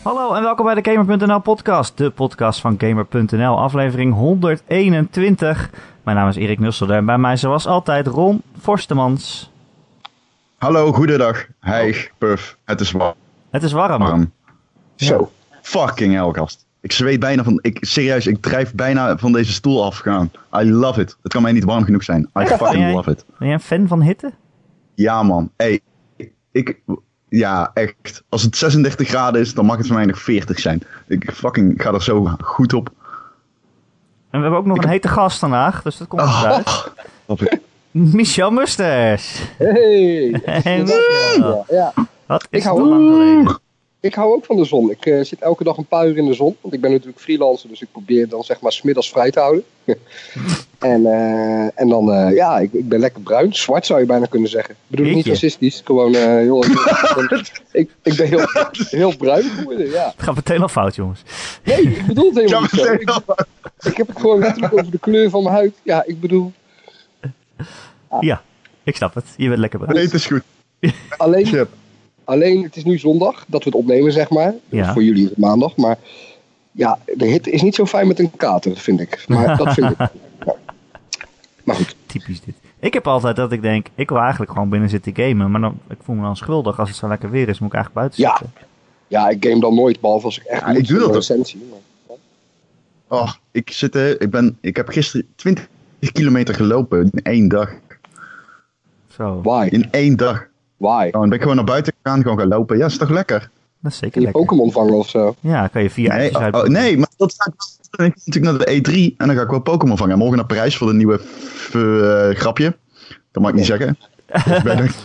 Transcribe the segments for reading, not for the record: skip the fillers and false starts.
Hallo en welkom bij de Gamer.nl podcast, de podcast van Gamer.nl, aflevering 121. Mijn naam is Erik Nusselder en bij mij zoals altijd Ron Forstemans. Hallo, goedendag. Hey, Puff. Het is warm. Het is warm. Zo, fucking hell, gast. Ik zweet bijna van... Ik drijf bijna van deze stoel afgaan. I love it. Het kan mij niet warm genoeg zijn. I fucking love it. Ben jij een fan van hitte? Ja, man. Hey, ja, echt. Als het 36 graden is, dan mag het voor mij nog 40 zijn. Ik fucking ga er zo goed op. En we hebben ook nog een hete gast vandaag, dus dat komt goed uit. Michel Musters. Hey. Hey Michel. Ja. Wat is het al lang geleden? Ik hou ook van de zon. Ik zit elke dag een paar uur in de zon. Want ik ben natuurlijk freelancer, dus ik probeer dan zeg maar 's middags vrij te houden. en dan, ik ben lekker bruin. Zwart zou je bijna kunnen zeggen. Ik bedoel het niet racistisch. Gewoon heel... ik ben heel bruin geworden, ja. Het gaat meteen al fout, jongens. Nee, ik bedoel het helemaal niet zo. Ik heb het gewoon natuurlijk over de kleur van mijn huid. Ja, ik bedoel... Ja, ik snap het. Je bent lekker bruin. Nee, het is goed. Alleen, het is nu zondag dat we het opnemen, zeg maar. Ja. Voor jullie is het maandag. Maar ja, de hitte is niet zo fijn met een kater, vind ik. Maar dat vind ik. Ja. Maar goed. Typisch dit. Ik heb altijd dat ik denk, ik wil eigenlijk gewoon binnen zitten gamen. Maar ik voel me dan schuldig. Als het zo lekker weer is, moet ik eigenlijk buiten zitten. Ja, ik game dan nooit, behalve als ik echt ik doe dat recensie. Oh, ik heb gisteren 20 kilometer gelopen in 1 dag. Zo. Why? In 1 dag. Why? Oh, dan ben ik gewoon naar buiten gegaan, gewoon gaan lopen. Ja, is toch lekker? Dat is zeker Kun je lekker. Pokémon vangen of zo? Ja, kan je 4 eitjes uit. Nee, maar dat ga ik natuurlijk naar de E3 en dan ga ik wel Pokémon vangen. En morgen naar Parijs voor de nieuwe grapje. Dat mag ik niet zeggen. Dus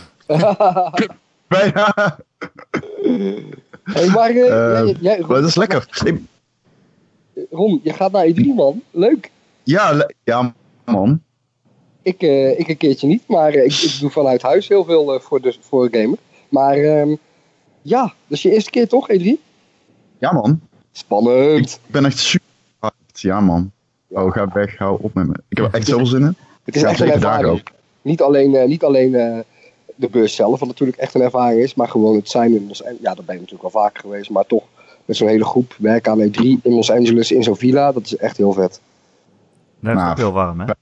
bijna. Hey, maar maar dat is lekker. Ron, je gaat naar E3, man. Leuk. Ja, man. Ik een keertje niet, maar ik doe vanuit huis heel veel voor gamen. Maar dus je eerste keer toch, E3? Ja, man. Spannend. Ik ben echt super hyped. Ja, man. Oh, ga weg, hou op met me. Ik heb er echt zoveel zin in. Het is echt een ervaring. Ook. Niet alleen de beurs zelf, wat natuurlijk echt een ervaring is, maar gewoon het zijn in Los Angeles. Ja, daar ben ik natuurlijk wel vaker geweest, maar toch met zo'n hele groep werken aan E3 in Los Angeles in zo'n villa, dat is echt heel vet. Dat is ook heel warm, hè?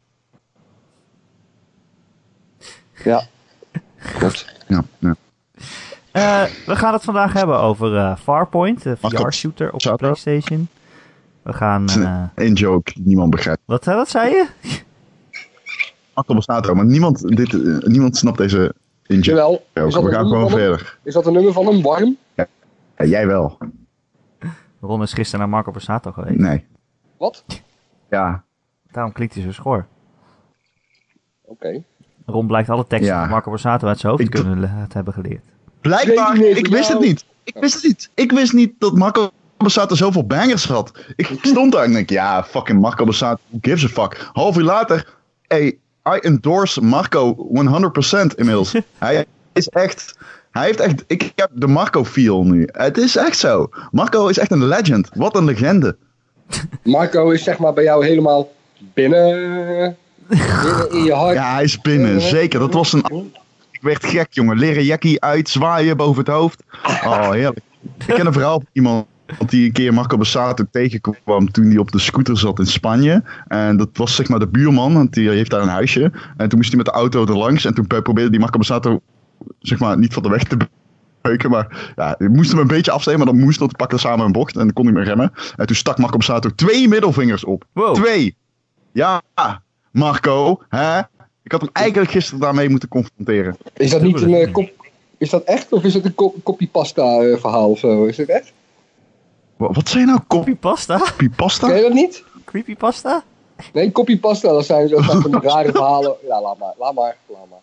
Ja, klopt. Ja. We gaan het vandaag hebben over Farpoint, de VR-shooter op de PlayStation. We gaan... Een joke, niemand begrijpt. Wat zei je? Marco bestaat er, maar niemand snapt deze in-joke. Jawel. We gaan gewoon verder. Is dat een nummer van hem, Warm? Ja, jij wel. Ron is gisteren naar Marco Borsato geweest. Nee. Wat? Ja. Daarom klinkt hij zo schor. Oké. Ron blijkt alle teksten van Marco Borsato uit zijn hoofd te kunnen hebben geleerd. Blijkbaar, ik wist het niet. Ik wist niet dat Marco Borsato zoveel bangers had. Ik stond daar en denk, ja, fucking Marco Borsato, who gives a fuck. Half uur later, I endorse Marco 100% inmiddels. Hij heeft echt, ik heb de Marco feel nu. Het is echt zo. Marco is echt een legend. Wat een legende. Marco is zeg maar bij jou helemaal binnen in je hart. Ja, hij is binnen, zeker. Dat was ik werd gek, jongen. Leren jackie uit, zwaaien boven het hoofd. Oh, heerlijk. Ik ken een verhaal van iemand die een keer Marco Borsato tegenkwam toen hij op de scooter zat in Spanje. En dat was zeg maar de buurman, want die heeft daar een huisje. En toen moest hij met de auto er langs. En toen probeerde die Marco Borsato zeg maar niet van de weg te beuken. Maar ja, hij moest hem een beetje afsteken, maar dan moest dat pakken samen een bocht. En dan kon hij meer remmen. En toen stak Marco Borsato 2 middelvingers op. Wow. 2! Ja, Marco, hè? Ik had hem eigenlijk gisteren daarmee moeten confronteren. Is dat niet een is dat echt of is het een copypasta verhaal of zo? Is het echt? Wat zei je nou? Copypasta? Copypasta? Ken je dat niet? Creepypasta? Nee, copypasta, dat zijn zo van rare verhalen. Ja, laat maar.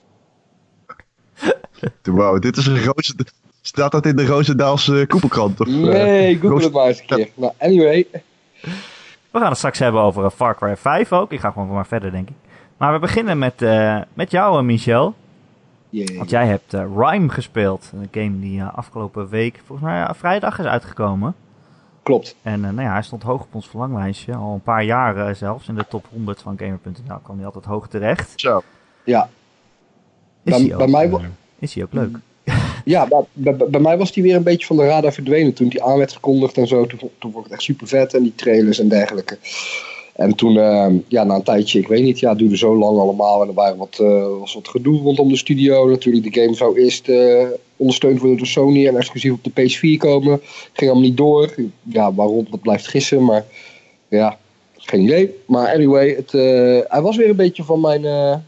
Wow, dit is een roze... Staat dat in de Roosendaalse koepelkrant? Of, nee, google het maar eens een keer. Nou, anyway. We gaan het straks hebben over Far Cry 5 ook. Ik ga gewoon maar verder, denk ik. Maar we beginnen met jou, Michel. Yeah. Want jij hebt Rime gespeeld. Een game die afgelopen week, volgens mij vrijdag is uitgekomen. Klopt. En hij stond hoog op ons verlanglijstje. Al een paar jaar zelfs. In de top 100 van Gamer.nl kwam hij altijd hoog terecht. Zo. Ja. Is hij ook mij leuk? Ja, bij mij was die weer een beetje van de radar verdwenen toen die aan werd gekondigd en zo. Toen vond ik het echt super vet en die trailers en dergelijke. En toen, na een tijdje, ik weet niet, het duurde zo lang allemaal. En er was wat gedoe rondom de studio. Natuurlijk, de game zou eerst ondersteund worden door Sony en exclusief op de PS4 komen. Ging allemaal niet door. Ja, waarom, dat blijft gissen, maar ja, geen idee. Maar anyway, hij was weer een beetje van mijn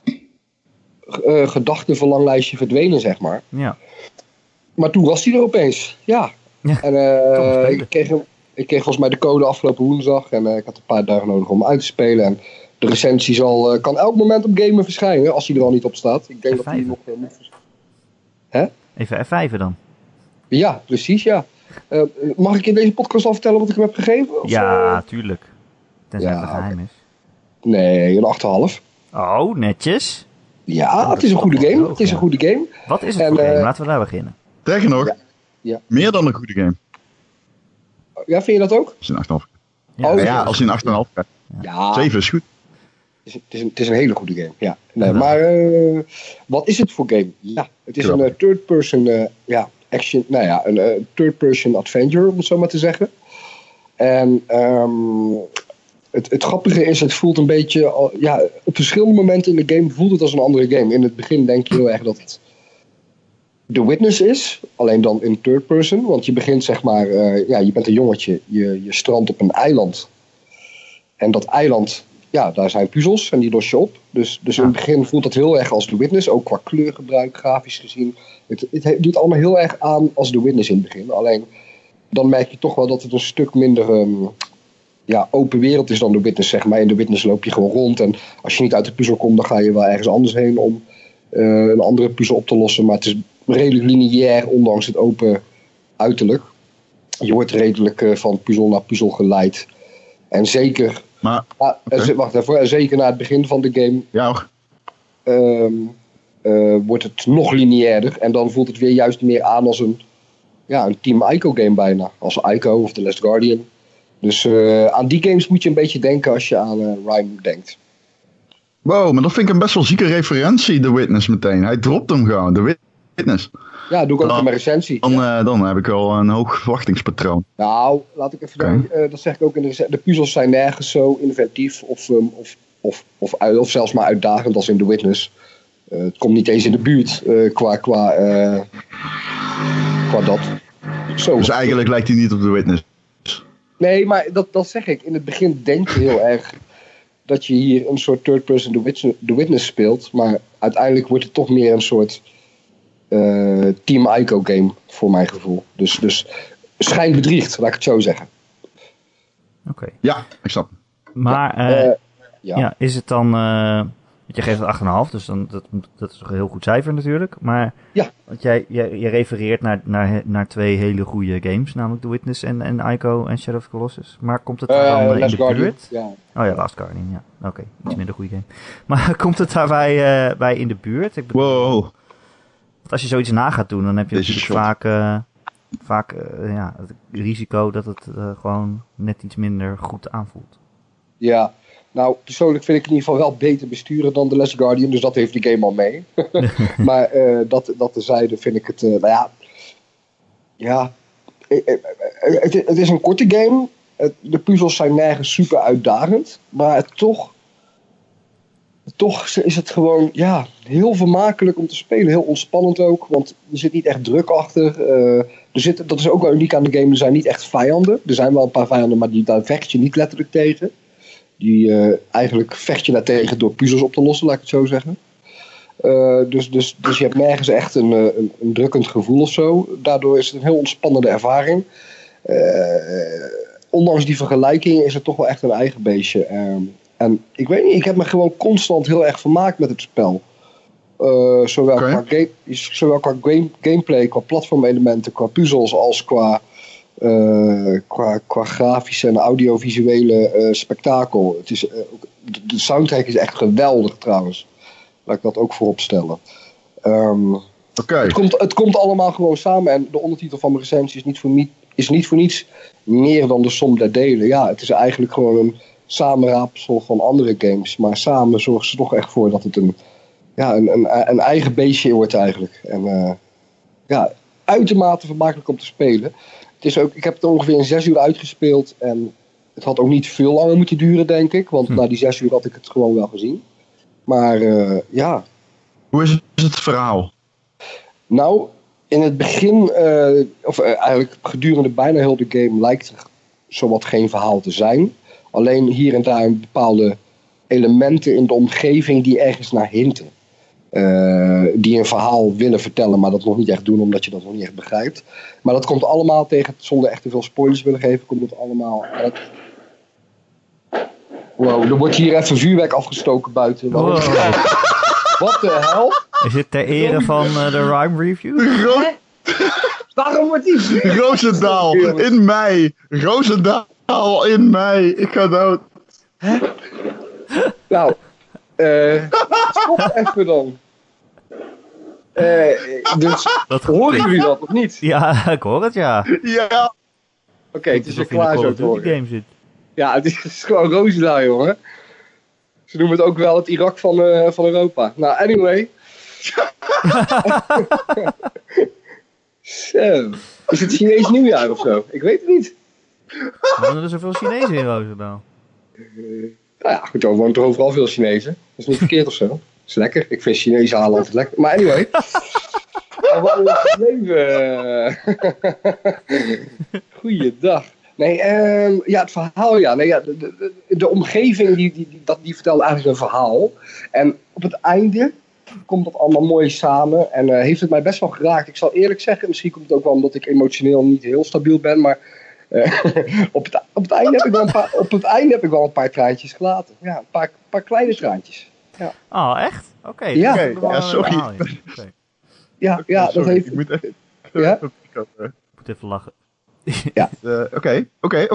gedachtenverlanglijstje verdwenen, zeg maar. Ja. Maar toen was hij er opeens, ja. En ik kreeg volgens mij de code afgelopen woensdag. En ik had een paar dagen nodig om uit te spelen. En de recensie kan elk moment op Gamer verschijnen. Als hij er al niet op staat. Ik denk F5. dat hij nog moet verschijnen. Hè? Even F5 dan. Ja, precies, ja. Mag ik in deze podcast al vertellen wat ik hem heb gegeven? Ja, tuurlijk. Tenzij het geheim is. Nee, een 8,5. Oh, netjes. Ja, het is een goede game. Het is een goede game. Wat is het voor game? Laten we daar beginnen. Sterker nog, Ja. meer dan een goede game. Ja, vind je dat ook? Als je een 8,5 Ja, Oh, als je een 8,5 krijgt. Ja. 7 is goed. Het is een hele goede game, ja. Nee, maar wat is het voor game? Ja, het is een third-person action, een third-person adventure, om het zo maar te zeggen. En het grappige is, het voelt een beetje, op verschillende momenten in de game voelt het als een andere game. In het begin denk je heel erg dat het The Witness is, alleen dan in third person. Want je begint zeg maar, je bent een jongetje, je strandt op een eiland. En dat eiland, daar zijn puzzels en die los je op. Dus in het begin voelt het heel erg als The Witness, ook qua kleurgebruik, grafisch gezien. Het doet allemaal heel erg aan als The Witness in het begin. Alleen dan merk je toch wel dat het een stuk minder open wereld is dan The Witness, zeg maar. In The Witness loop je gewoon rond en als je niet uit de puzzel komt, dan ga je wel ergens anders heen om een andere puzzel op te lossen. Maar het is redelijk lineair, ondanks het open uiterlijk. Je wordt redelijk van puzzel naar puzzel geleid. En zeker, wacht even, zeker na het begin van de game wordt het nog lineairder. En dan voelt het weer juist meer aan als een Team Ico game bijna. Als Ico of The Last Guardian. Dus aan die games moet je een beetje denken als je aan Rime denkt. Wow, maar dat vind ik een best wel zieke referentie, The Witness meteen. Hij dropt hem gewoon, The Witness. Ja, doe ik ook in mijn recensie. Dan heb ik wel een hoog verwachtingspatroon. Nou, laat ik even dat zeg ik ook in de recensie. De puzzels zijn nergens zo inventief of zelfs maar uitdagend als in The Witness. Het komt niet eens in de buurt qua dat. Zo. Dus eigenlijk lijkt hij niet op The Witness. Nee, maar dat zeg ik. In het begin denk je heel erg dat je hier een soort third-person The Witness speelt. Maar uiteindelijk wordt het toch meer een soort Team Ico game, voor mijn gevoel. Dus schijn bedriegt, laat ik het zo zeggen. Oké. Ja, ik snap. Maar is het dan... je geeft het 8,5, dus dan, dat is toch een heel goed cijfer natuurlijk. Maar want je refereert naar twee hele goede games, namelijk The Witness en Ico en Shadow of the Colossus. Maar komt het daar dan in de buurt? Ja. Oh ja, Last Guardian, ja. Oké, iets minder goede game. Maar komt het daarbij bij in de buurt? Ik bedoel, Wow. want als je zoiets na gaat doen, dan heb je natuurlijk vaak het risico dat het gewoon net iets minder goed aanvoelt. Ja. Nou, persoonlijk vind ik in ieder geval wel beter besturen dan The Last Guardian. Dus dat heeft die game al mee. Maar dat tezijde vind ik het... het is een korte game. De puzzels zijn nergens super uitdagend. Maar toch is het gewoon heel vermakelijk om te spelen. Heel ontspannend ook. Want er zit niet echt druk achter. Dat is ook wel uniek aan de game. Er zijn niet echt vijanden. Er zijn wel een paar vijanden, maar daar vecht je niet letterlijk tegen. Eigenlijk vecht je daar tegen door puzzels op te lossen, laat ik het zo zeggen. Dus je hebt nergens echt een drukkend gevoel of zo. Daardoor is het een heel ontspannende ervaring. Ondanks die vergelijking is het toch wel echt een eigen beestje. En ik weet niet, ik heb me gewoon constant heel erg vermaakt met het spel. Zowel qua gameplay, qua platformelementen, qua puzzels als qua grafische en audiovisuele spektakel. Het is, de soundtrack is echt geweldig trouwens. Laat ik dat ook voorop stellen. Het komt allemaal gewoon samen. En de ondertitel van mijn recensie is niet voor niets meer dan de som der delen. Ja, het is eigenlijk gewoon een samenraapsel van andere games. Maar samen zorgen ze toch echt voor dat het een eigen beestje wordt eigenlijk. En uitermate vermakelijk om te spelen. Het is ook, ik heb het ongeveer in 6 uur uitgespeeld. En het had ook niet veel langer moeten duren, denk ik. Want na die 6 uur had ik het gewoon wel gezien. Maar ja. Hoe is het verhaal? Nou, in het begin, eigenlijk gedurende bijna heel de game, lijkt er zowat geen verhaal te zijn. Alleen hier en daar bepaalde elementen in de omgeving die ergens naar hinten. Die een verhaal willen vertellen, maar dat nog niet echt doen, omdat je dat nog niet echt begrijpt. Maar dat komt allemaal tegen, zonder echt te veel spoilers willen geven, komt het allemaal uit. Wow, er wordt hier even vuurwerk afgestoken buiten. Wow. Wat de hel? Is het ter ere van de Rime Review? Waarom wordt die vuurwerk? Roosendaal, in mei. Roosendaal, in mei. Ik ga dood. Hè? Nou, stop even dan. Dus, horen jullie dat of niet? Ja, ik hoor het, ja. Ja. Oké, het is er klaar zo te horen. Game zit. Ja, het is gewoon Roosendaal, jongen. Ze noemen het ook wel het Irak van Europa. Nou, anyway. Zo. Is het Chinees nieuwjaar of zo? Ik weet het niet. Waarom er zoveel Chinezen in Roosendaal? Nou ja, goed, er woont er overal veel Chinezen. Dat is niet verkeerd of zo. Dat is lekker. Ik vind Chinezen halen altijd lekker. Maar anyway. Wat een leven. Goeiedag. Nee, ja, het verhaal, ja. Nee, ja de omgeving, die vertelde eigenlijk een verhaal. En op het einde komt dat allemaal mooi samen. En heeft het mij best wel geraakt. Ik zal eerlijk zeggen, misschien komt het ook wel omdat ik emotioneel niet heel stabiel ben. Maar op het einde heb ik wel een paar traantjes gelaten. Ja, een paar kleine traantjes. Ja. Oh, echt? Oké. Ja. Ja, sorry. Ja, sorry, dat heeft... Ik moet even... Ja? Ik moet even lachen. Ja. Oké.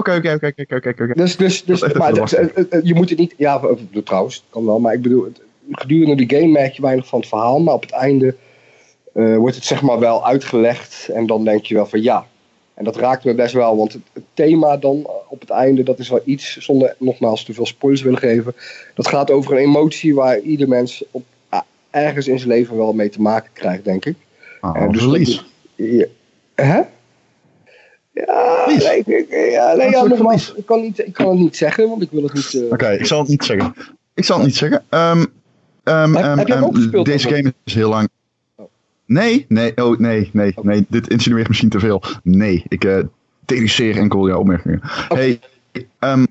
Dus maar je moet het niet... Ja, trouwens, kan wel. Maar ik bedoel, gedurende de game merk je weinig van het verhaal. Maar op het einde wordt het zeg maar wel uitgelegd. En dan denk je wel van ja. En dat raakt me best wel. Want het thema dan op het einde, dat is wel iets, zonder nogmaals te veel spoilers willen geven. Dat gaat over een emotie waar ieder mens ergens in zijn leven wel mee te maken krijgt, denk ik. Dus verlies. Hè? Ja, nee, nogmaals, ik kan het niet zeggen, want ik wil het niet... Oké, ik zal het niet zeggen. Heb je hem ook gespeeld? Deze game is heel lang... Nee. Dit insinueert misschien te veel. Nee, ik deduceer enkel jouw opmerkingen. Okay. Hey,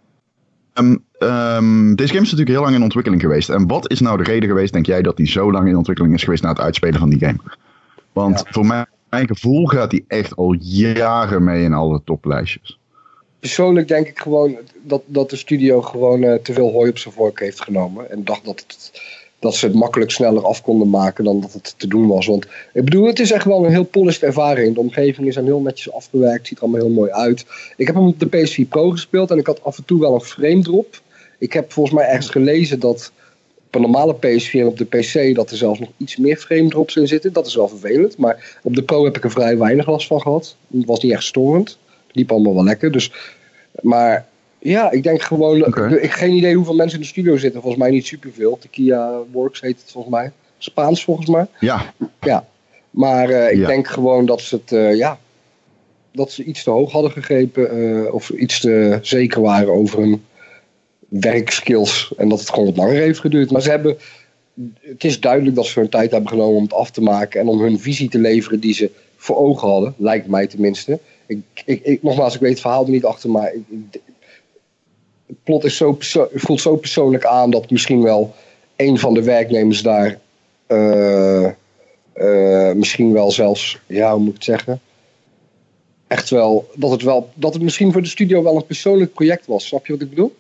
deze game is natuurlijk heel lang in ontwikkeling geweest. En wat is nou de reden geweest, denk jij, dat die zo lang in ontwikkeling is geweest na het uitspelen van die game? Want voor mijn gevoel gaat die echt al jaren mee in alle toplijstjes. Persoonlijk denk ik gewoon dat de studio gewoon te veel hooi op zijn vork heeft genomen. En dacht dat ze het makkelijk sneller af konden maken dan dat het te doen was. Want ik bedoel, het is echt wel een heel polished ervaring. De omgeving is dan heel netjes afgewerkt. Ziet er allemaal heel mooi uit. Ik heb hem op de PS4 Pro gespeeld en ik had af en toe wel een frame drop. Ik heb volgens mij ergens gelezen dat op een normale PS4 en op de PC dat er zelfs nog iets meer frame drops in zitten. Dat is wel vervelend. Maar op de Pro heb ik er vrij weinig last van gehad. Het was niet echt storend. Het liep allemaal wel lekker. Dus, maar... Ja, ik denk gewoon... Ik heb geen idee hoeveel mensen in de studio zitten. Volgens mij niet superveel. Tequila Works heet het volgens mij. Spaans volgens mij. Ja. Maar ik denk gewoon dat ze het... dat ze iets te hoog hadden gegrepen. Of iets te zeker waren over hun werkskills. En dat het gewoon wat langer heeft geduurd. Maar ze hebben... Het is duidelijk dat ze hun tijd hebben genomen om het af te maken. En om hun visie te leveren die ze voor ogen hadden. Lijkt mij tenminste. Nogmaals, ik weet het verhaal er niet achter. Maar... Het plot is voelt zo persoonlijk aan dat misschien wel een van de werknemers daar misschien wel zelfs, hoe moet ik het zeggen? Echt wel, dat het misschien voor de studio wel een persoonlijk project was. Snap je wat ik bedoel?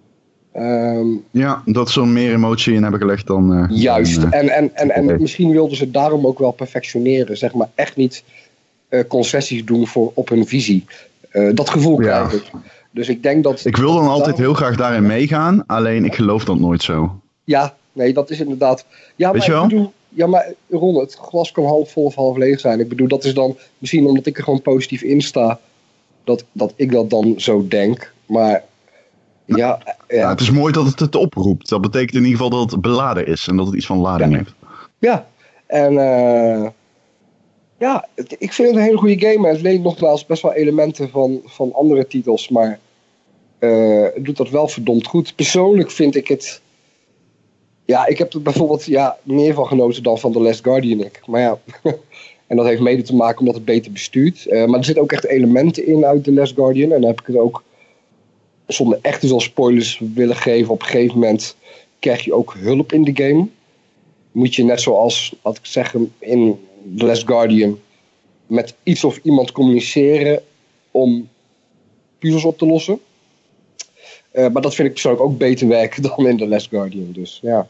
Ja, dat ze er meer emotie in hebben gelegd dan... juist, en misschien wilden ze daarom ook wel perfectioneren. Zeg maar echt niet concessies doen op hun visie. Dat gevoel krijg ik. Dus ik denk dat... Ik wil dan altijd heel graag daarin meegaan, alleen ik geloof dat nooit zo. Ja, nee, dat is inderdaad... Ja, weet je wel? Ik bedoel, maar Ron, het glas kan half vol of half leeg zijn. Ik bedoel, dat is dan misschien omdat ik er gewoon positief in sta, dat ik dat dan zo denk. Maar ja, het is mooi dat het oproept. Dat betekent in ieder geval dat het beladen is en dat het iets van lading heeft. Ja, en Ja, ik vind het een hele goede game. Het leent nogmaals best wel elementen van andere titels. Maar het doet dat wel verdomd goed. Persoonlijk vind ik het... Ja, ik heb er bijvoorbeeld meer van genoten dan van The Last Guardian. Maar ja, en dat heeft mede te maken omdat het beter bestuurt. Maar er zitten ook echt elementen in uit The Last Guardian. En dan heb ik het ook, zonder echt te veel spoilers willen geven, op een gegeven moment krijg je ook hulp in de game. Moet je net zoals, laat ik zeggen, in The Last Guardian met iets of iemand communiceren om puzzels op te lossen. Maar dat vind ik persoonlijk ook beter werken dan in The Last Guardian. Dus ja.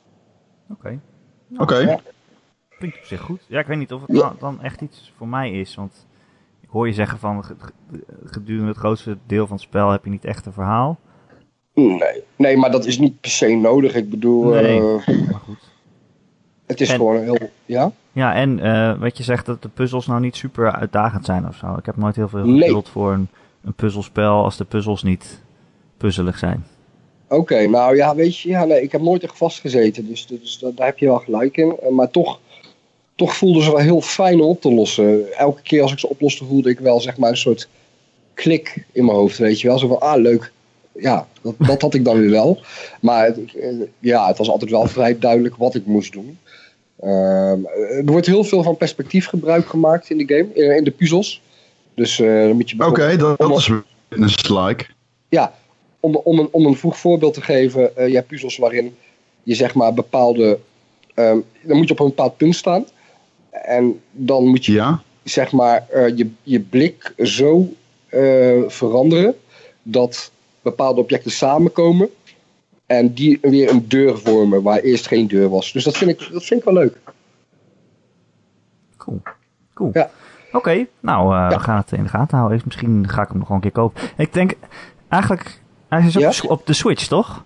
Oké. Ja. Klinkt op zich goed. Ja, ik weet niet of het dan echt iets voor mij is. Want ik hoor je zeggen van gedurende het grootste deel van het spel heb je niet echt een verhaal. Nee, maar dat is niet per se nodig. Ik bedoel... Nee, maar goed. Het is gewoon heel... Ja? Ja, en wat je zegt dat de puzzels nou niet super uitdagend zijn of zo. Ik heb nooit heel veel geduld voor een puzzelspel als de puzzels niet puzzelig zijn. Oké, nou ja, weet je, ik heb nooit echt vastgezeten, dus daar heb je wel gelijk in. Maar toch voelden ze wel heel fijn om op te lossen. Elke keer als ik ze oploste voelde ik wel zeg maar een soort klik in mijn hoofd, weet je wel. Zo van, leuk. Ja, dat had ik dan weer wel. Maar het was altijd wel vrij duidelijk wat ik moest doen. Er wordt heel veel van perspectief gebruik gemaakt in de game, in de puzzels. Dus dan moet je... Oké, dat is witness-like. Ja, om een vroeg voorbeeld te geven, je hebt puzzels waarin je zeg maar bepaalde... dan moet je op een bepaald punt staan. En dan moet je zeg maar je blik zo veranderen dat bepaalde objecten samenkomen en die weer een deur vormen waar eerst geen deur was. Dus dat vind ik wel leuk. Cool. Ja. Oké, nou we gaan het in de gaten houden. Misschien ga ik hem nog wel een keer kopen. Ik denk eigenlijk, hij is op de Switch, toch?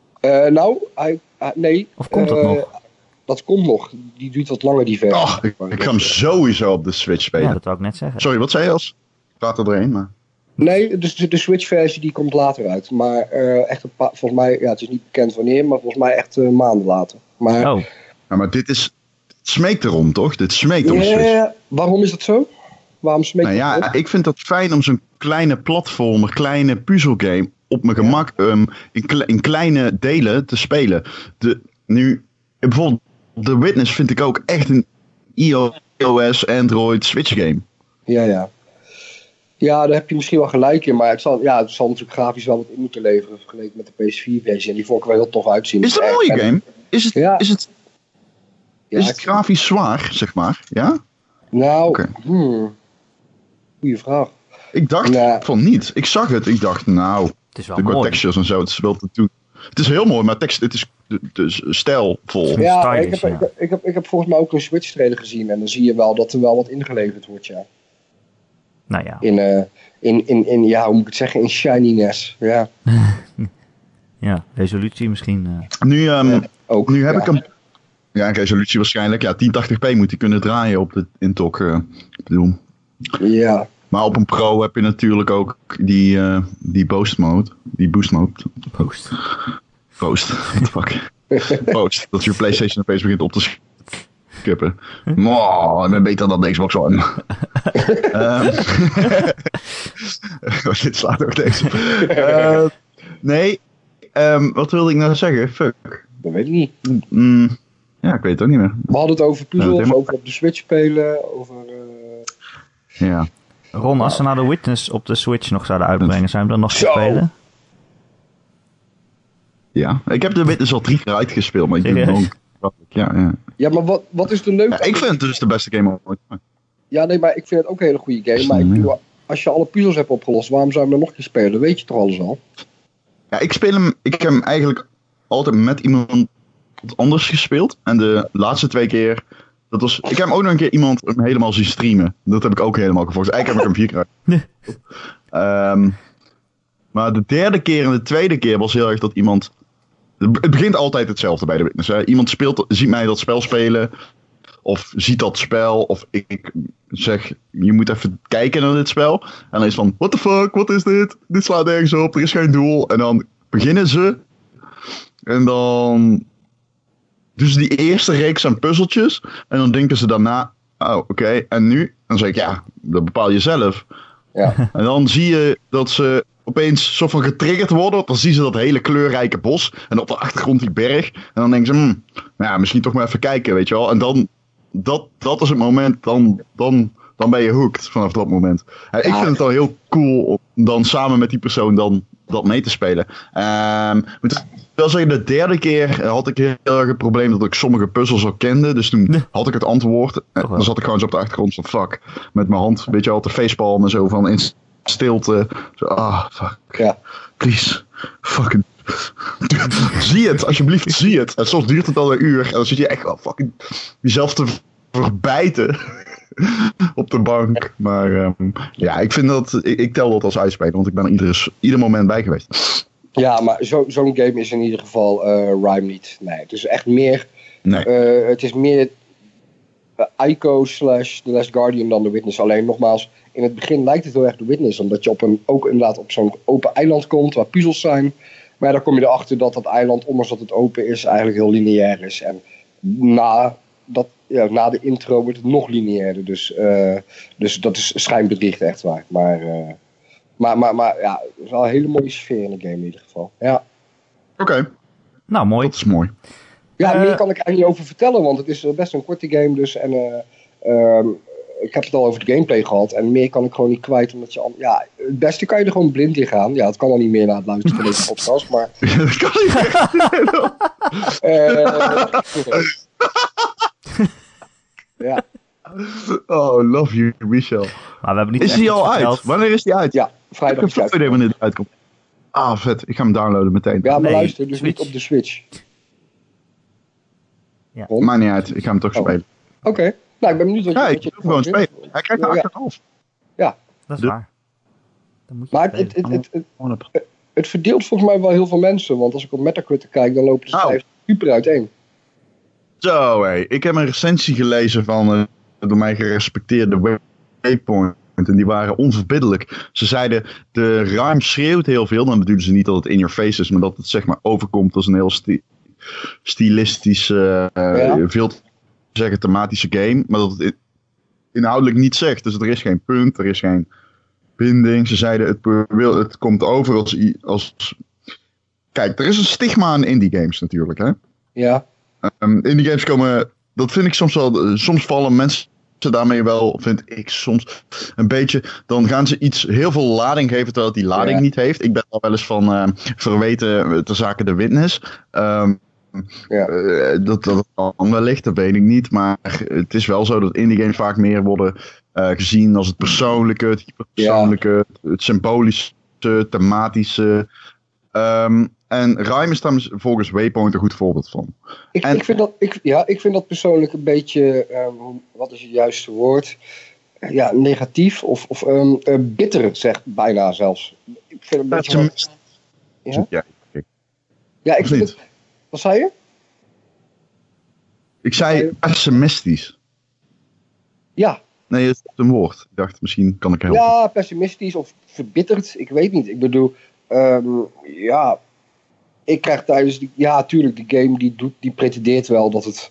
Nee. Of komt dat nog? Dat komt nog. Die duurt wat langer, die versie. Ik ga hem sowieso op de Switch spelen. Ja, dat wou ik net zeggen. Sorry, wat zei je als? Ik praat er doorheen, maar... Nee, dus de Switch-versie die komt later uit. Maar echt volgens mij, het is niet bekend wanneer, maar volgens mij echt maanden later. Maar, Ja, maar dit is... Het smeekt erom, toch? Dit smeekt om Switch. Waarom is dat zo? Waarom smeekt het erom? Ik vind dat fijn om zo'n kleine platformer, kleine puzzelgame op mijn gemak in kleine delen te spelen. Bijvoorbeeld The Witness vind ik ook echt een iOS, Android, Switch game. Ja. Ja, daar heb je misschien wel gelijk in, maar het zal natuurlijk grafisch wel wat in moeten leveren vergeleken met de PS4-versie. En die vond ik wel heel tof uitzien. Is het een mooie game? Is het grafisch zwaar, zeg maar? Ja? Nou, goeie vraag. Ik dacht van niet. Ik zag het, ik dacht het is wel mooi. Textures en zo, het is heel mooi, maar het is stijlvol. Ja, ik heb volgens mij ook een Switch-trailer gezien en dan zie je wel dat er wel wat ingeleverd wordt, ja. Nou ja. In hoe moet ik het zeggen, in shininess, ja. Ja, resolutie misschien. Nu heb ik hem... Ja, resolutie waarschijnlijk. Ja, 1080p moet hij kunnen draaien op de Intok. Ja. Maar op een Pro heb je natuurlijk ook die boost mode. Die boost mode. Boost. What the fuck. Boost. Dat je PlayStation opeens begint op te skippen. Ik ben beter dan de Xbox One. Dit slaat ook deze. Wat wilde ik nou zeggen? Fuck. Dat weet ik niet. Ja, ik weet het ook niet meer. We hadden het over puzzels, over op de Switch spelen, over... Ja. Ron, als ze nou The Witness op de Switch nog zouden uitbrengen, zou je hem dan nog spelen? Ja, ik heb The Witness al 3 keer uitgespeeld, maar ik doe het nog. Ja, maar wat is de leuke... ik vind het dus de beste game ooit. Ja, nee, maar ik vind het ook een hele goede game. Maar ik bedoel, als je alle puzzels hebt opgelost, waarom zou je hem dan nog een keer spelen? Weet je toch alles al? Ja, ik heb hem eigenlijk altijd met iemand anders gespeeld. En de laatste 2 keer... ik heb hem ook nog een keer iemand hem helemaal zien streamen. Dat heb ik ook helemaal gevolgd. Eigenlijk heb ik hem 4 keer uit. Maar de 3e keer en de 2e keer was heel erg dat iemand... Het begint altijd hetzelfde bij de Witness. Hè? Iemand ziet mij dat spel spelen. Of ziet dat spel. Of ik zeg, je moet even kijken naar dit spel. En dan is het van, what the fuck, wat is dit? Dit slaat nergens op, er is geen doel. En dan beginnen ze. En dan... Dus die eerste reeks aan puzzeltjes. En dan denken ze daarna, Oh, oké. En nu? Dan zeg ik, ja, dat bepaal je zelf. Ja. En dan zie je dat ze opeens soort van getriggerd worden. Want dan zien ze dat hele kleurrijke bos. En op de achtergrond die berg. En dan denken ze, nou ja, misschien toch maar even kijken, weet je wel. En dan, dat is het moment, dan ben je hooked vanaf dat moment. En ik vind het al heel cool om dan samen met die persoon dan dat mee te spelen. Moet wel zeggen, de derde keer had ik heel erg het probleem dat ik sommige puzzels al kende. Dus toen had ik het antwoord. Dan zat ik gewoon zo op de achtergrond van fuck. Met mijn hand, weet je wel, te facepalm en zo van in stilte. Zo, fuck. Ja. Please. Fucking. Zie het, alsjeblieft, zie het. En soms duurt het al een uur. En dan zit je echt wel fucking jezelf te verbijten. Op de bank. Maar ja, ik vind dat. Ik tel dat als uitspelen, want ik ben er ieder moment bij geweest. Ja, maar zo'n game is in ieder geval Rime niet. Nee, het is echt meer. Nee. Het is meer Ico / The Last Guardian dan The Witness. Alleen nogmaals, in het begin lijkt het heel erg The Witness. Omdat je ook inderdaad op zo'n open eiland komt waar puzzels zijn. Maar dan kom je erachter dat eiland, ondanks dat het open is, eigenlijk heel lineair is. En na de intro wordt het nog lineairder. Dus dat is schijnbedriegt, echt waar. Maar ja, het is wel een hele mooie sfeer in de game in ieder geval. Ja. Oké. Nou, mooi. Dat is mooi. Ja, meer kan ik eigenlijk niet over vertellen, want het is best een korte game dus. En ik heb het al over de gameplay gehad. En meer kan ik gewoon niet kwijt, omdat je ja, het beste kan je er gewoon blind in gaan. Ja, het kan al niet meer na het luisteren van deze podcast, maar... Dat kan niet ja. Oh, love you, Michel. Maar we hebben niet is die al uit? Wanneer is die uit? Ja, vrijdag is die uit. Wanneer die uitkomt. Vet. Ik ga hem downloaden meteen. Ja, maar luister, dus niet op de Switch. Ja. Maakt niet uit. Ik ga hem toch spelen. Oké. Nou, ik ben benieuwd wat je... ik wil gewoon spelen. Hij krijgt een 8,5. Ja. Dat is waar. Dan moet je maar het verdeelt volgens mij wel heel veel mensen. Want als ik op Metacritic kijk, dan lopen de cijfers super uiteen. Zo, hé. Ik heb een recensie gelezen van door mij gerespecteerde Waypoint. En die waren onverbiddelijk. Ze zeiden, de Rime schreeuwt heel veel. Dan bedoelen ze niet dat het in your face is, maar dat het zeg maar overkomt als een heel stilistische, veel te zeggen thematische game. Maar dat het inhoudelijk niet zegt. Dus er is geen punt, er is geen binding. Ze zeiden, het komt over als... Kijk, er is een stigma aan indie games natuurlijk, hè? Ja. Indie games komen... Dat vind ik soms wel... Soms vallen mensen daarmee wel, vind ik soms een beetje... Dan gaan ze heel veel lading geven, terwijl het die lading niet heeft. Ik ben al wel eens van verweten ter zake de Witness. Dat kan wellicht, dat weet ik niet. Maar het is wel zo dat indie games vaak meer worden gezien als het persoonlijke, het hyperpersoonlijke, het symbolische, thematische. En Rime is daar volgens Waypoint een goed voorbeeld van. Ik vind dat persoonlijk een beetje, wat is het juiste woord? Ja, negatief of bitter, zeg bijna zelfs. Ik vind een beetje... Ja, ik vind het... Wat zei je? Ik zei pessimistisch. Ja. Nee, het is een woord. Ik dacht, misschien kan ik helpen. Ja, pessimistisch of verbitterd. Ik weet niet. Ik bedoel, ik krijg tijdens tuurlijk, de game die pretendeert wel dat het,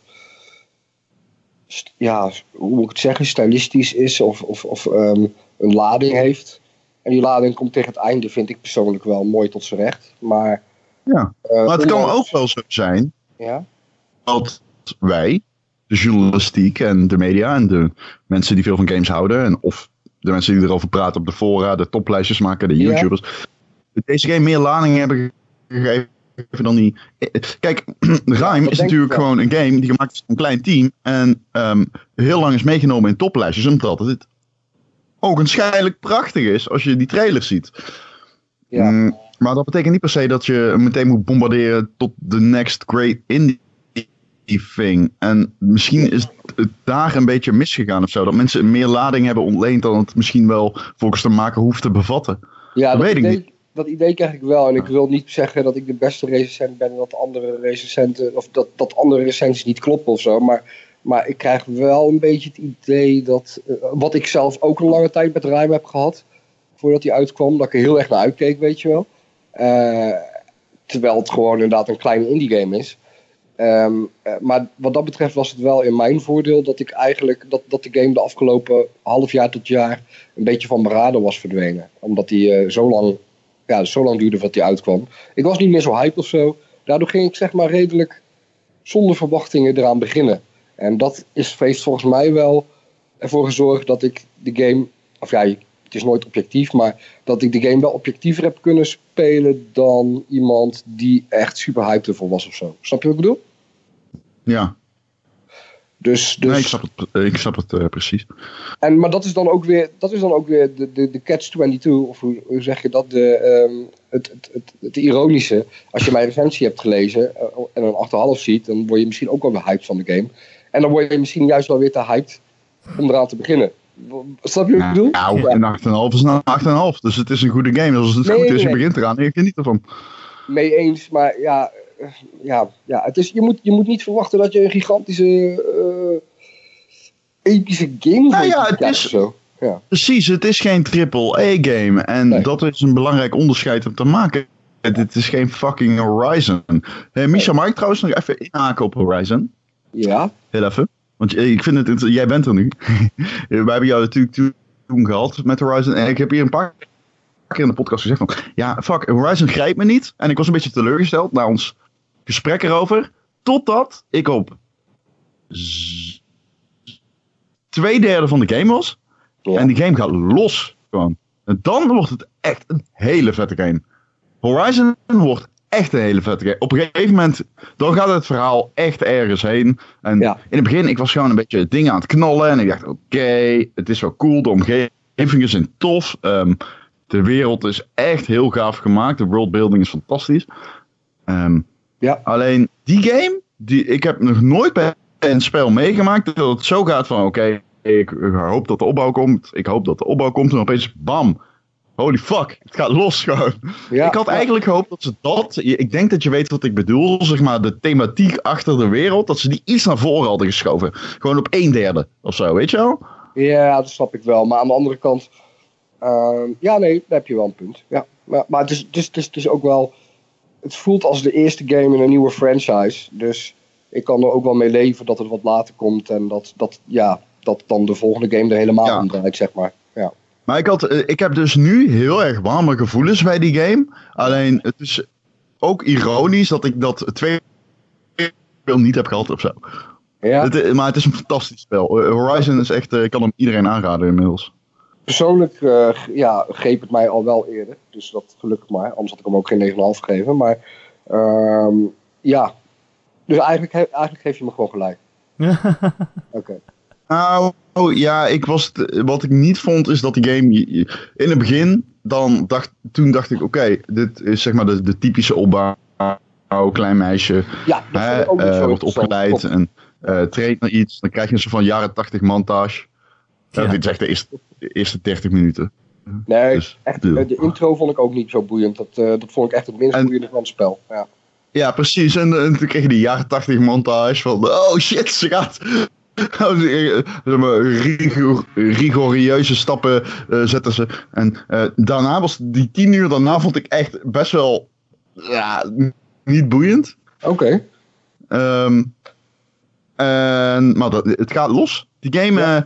hoe moet ik het zeggen, stylistisch is of een lading heeft. En die lading komt tegen het einde, vind ik persoonlijk wel mooi tot z'n recht. Maar het kan ook wel zo zijn dat wij, de journalistiek en de media en de mensen die veel van games houden, of de mensen die erover praten op de fora, de toplijstjes maken, de YouTubers, deze game meer lading hebben gegeven dan die... Kijk, Rime is natuurlijk gewoon een game die gemaakt is door een klein team en heel lang is meegenomen in toplijstjes, omdat het ogenschijnlijk prachtig is als je die trailers ziet. Ja. Maar dat betekent niet per se dat je meteen moet bombarderen tot the next great indie thing. En misschien is het daar een beetje misgegaan of zo. Dat mensen meer lading hebben ontleend dan het misschien wel volgens de maker hoeft te bevatten. Ja, dat weet ik niet. Dat idee krijg ik wel. En ik wil niet zeggen dat ik de beste recensent ben en dat andere recensenten, of dat andere recensies niet kloppen of zo. Maar ik krijg wel een beetje het idee dat, wat ik zelf ook een lange tijd met Rime heb gehad, voordat hij uitkwam, dat ik er heel erg naar uitkeek, weet je wel. Terwijl het gewoon inderdaad een kleine indie game is. Maar wat dat betreft was het wel in mijn voordeel dat ik eigenlijk dat de game de afgelopen half jaar tot jaar een beetje van mijn radar was verdwenen. Omdat die zo lang duurde wat die uitkwam. Ik was niet meer zo hyped of zo. Daardoor ging ik zeg maar redelijk zonder verwachtingen eraan beginnen. En dat heeft volgens mij wel ervoor gezorgd dat ik de game, of ja, het is nooit objectief, maar dat ik de game wel objectiever heb kunnen spelen dan iemand die echt super hyped ervoor was of zo. Snap je wat ik bedoel? Ja. Dus... Nee, ik snap het precies. Maar dat is dan ook weer de catch-22, of hoe zeg je dat? Het ironische. Als je mijn recensie hebt gelezen en een 8,5 ziet, dan word je misschien ook wel weer hyped van de game. En dan word je misschien juist wel weer te hyped om eraan te beginnen. Snap je wat ik bedoel? Nou, een 8,5 is een 8,5. Dus het is een goede game. Dus als het goed is, je begint eraan en je geniet ervan. Mee eens, maar ja, het is, je moet niet verwachten dat je een gigantische epische game het is zo. Ja. Precies, het is geen AAA-game. En dat is een belangrijk onderscheid om te maken. Dit is geen fucking Horizon. Misha, mag ik trouwens nog even inhaken op Horizon? Ja. Heel even. Want ik vind het, jij bent er nu. We hebben jou natuurlijk toen gehad met Horizon. En ik heb hier een paar keer in de podcast gezegd van... Ja, fuck, Horizon grijpt me niet. En ik was een beetje teleurgesteld na ons gesprek erover. Totdat ik op 2/3 van de game was. Ja. En die game gaat los gewoon. En dan wordt het echt een hele vette game. Horizon wordt echt een hele vette game. Op een gegeven moment, dan gaat het verhaal echt ergens heen. En in het begin, ik was gewoon een beetje dingen aan het knallen. En ik dacht, oké, het is wel cool. De omgevingen zijn tof. De wereld is echt heel gaaf gemaakt. De worldbuilding is fantastisch. Alleen die game, ik heb nog nooit bij een spel meegemaakt dat het zo gaat van, oké, ik hoop dat de opbouw komt. Ik hoop dat de opbouw komt. En opeens, bam. Holy fuck, het gaat los gewoon. Ja, ik had eigenlijk gehoopt dat ze dat... Ik denk dat je weet wat ik bedoel. Zeg maar de thematiek achter de wereld. Dat ze die iets naar voren hadden geschoven. Gewoon op 1/3 of zo, weet je wel? Ja, dat snap ik wel. Maar aan de andere kant... daar heb je wel een punt. Ja. Maar het is ook wel... Het voelt als de eerste game in een nieuwe franchise. Dus ik kan er ook wel mee leven dat het wat later komt. En dat dan de volgende game er helemaal om draait, zeg maar. Ja. Maar ik heb dus nu heel erg warme gevoelens bij die game. Alleen het is ook ironisch dat ik dat 2 spel niet heb gehad of zo. Ja. Maar het is een fantastisch spel. Horizon is echt, ik kan hem iedereen aanraden inmiddels. Persoonlijk greep het mij al wel eerder. Dus dat gelukkig maar. Anders had ik hem ook geen 9,5 gegeven. Maar dus eigenlijk geef je me gewoon gelijk. Oké. Nou, wat ik niet vond is dat die game in het begin, toen dacht ik, oké, dit is zeg maar de typische opbouw, klein meisje, wordt opgeleid en traint naar iets, dan krijg je een soort van jaren 80 montage. Dit is echt de eerste 30 minuten. Nee, dus, echt, de intro vond ik ook niet zo boeiend. Dat vond ik echt het minst boeiende van het spel. Ja, ja precies. En toen kreeg je die jaren 80 montage van, oh shit, ze gaat... rigorieuze stappen zetten ze. En daarna was die 10 uur daarna vond ik echt best wel niet boeiend. Oké. Maar het gaat los. Die game,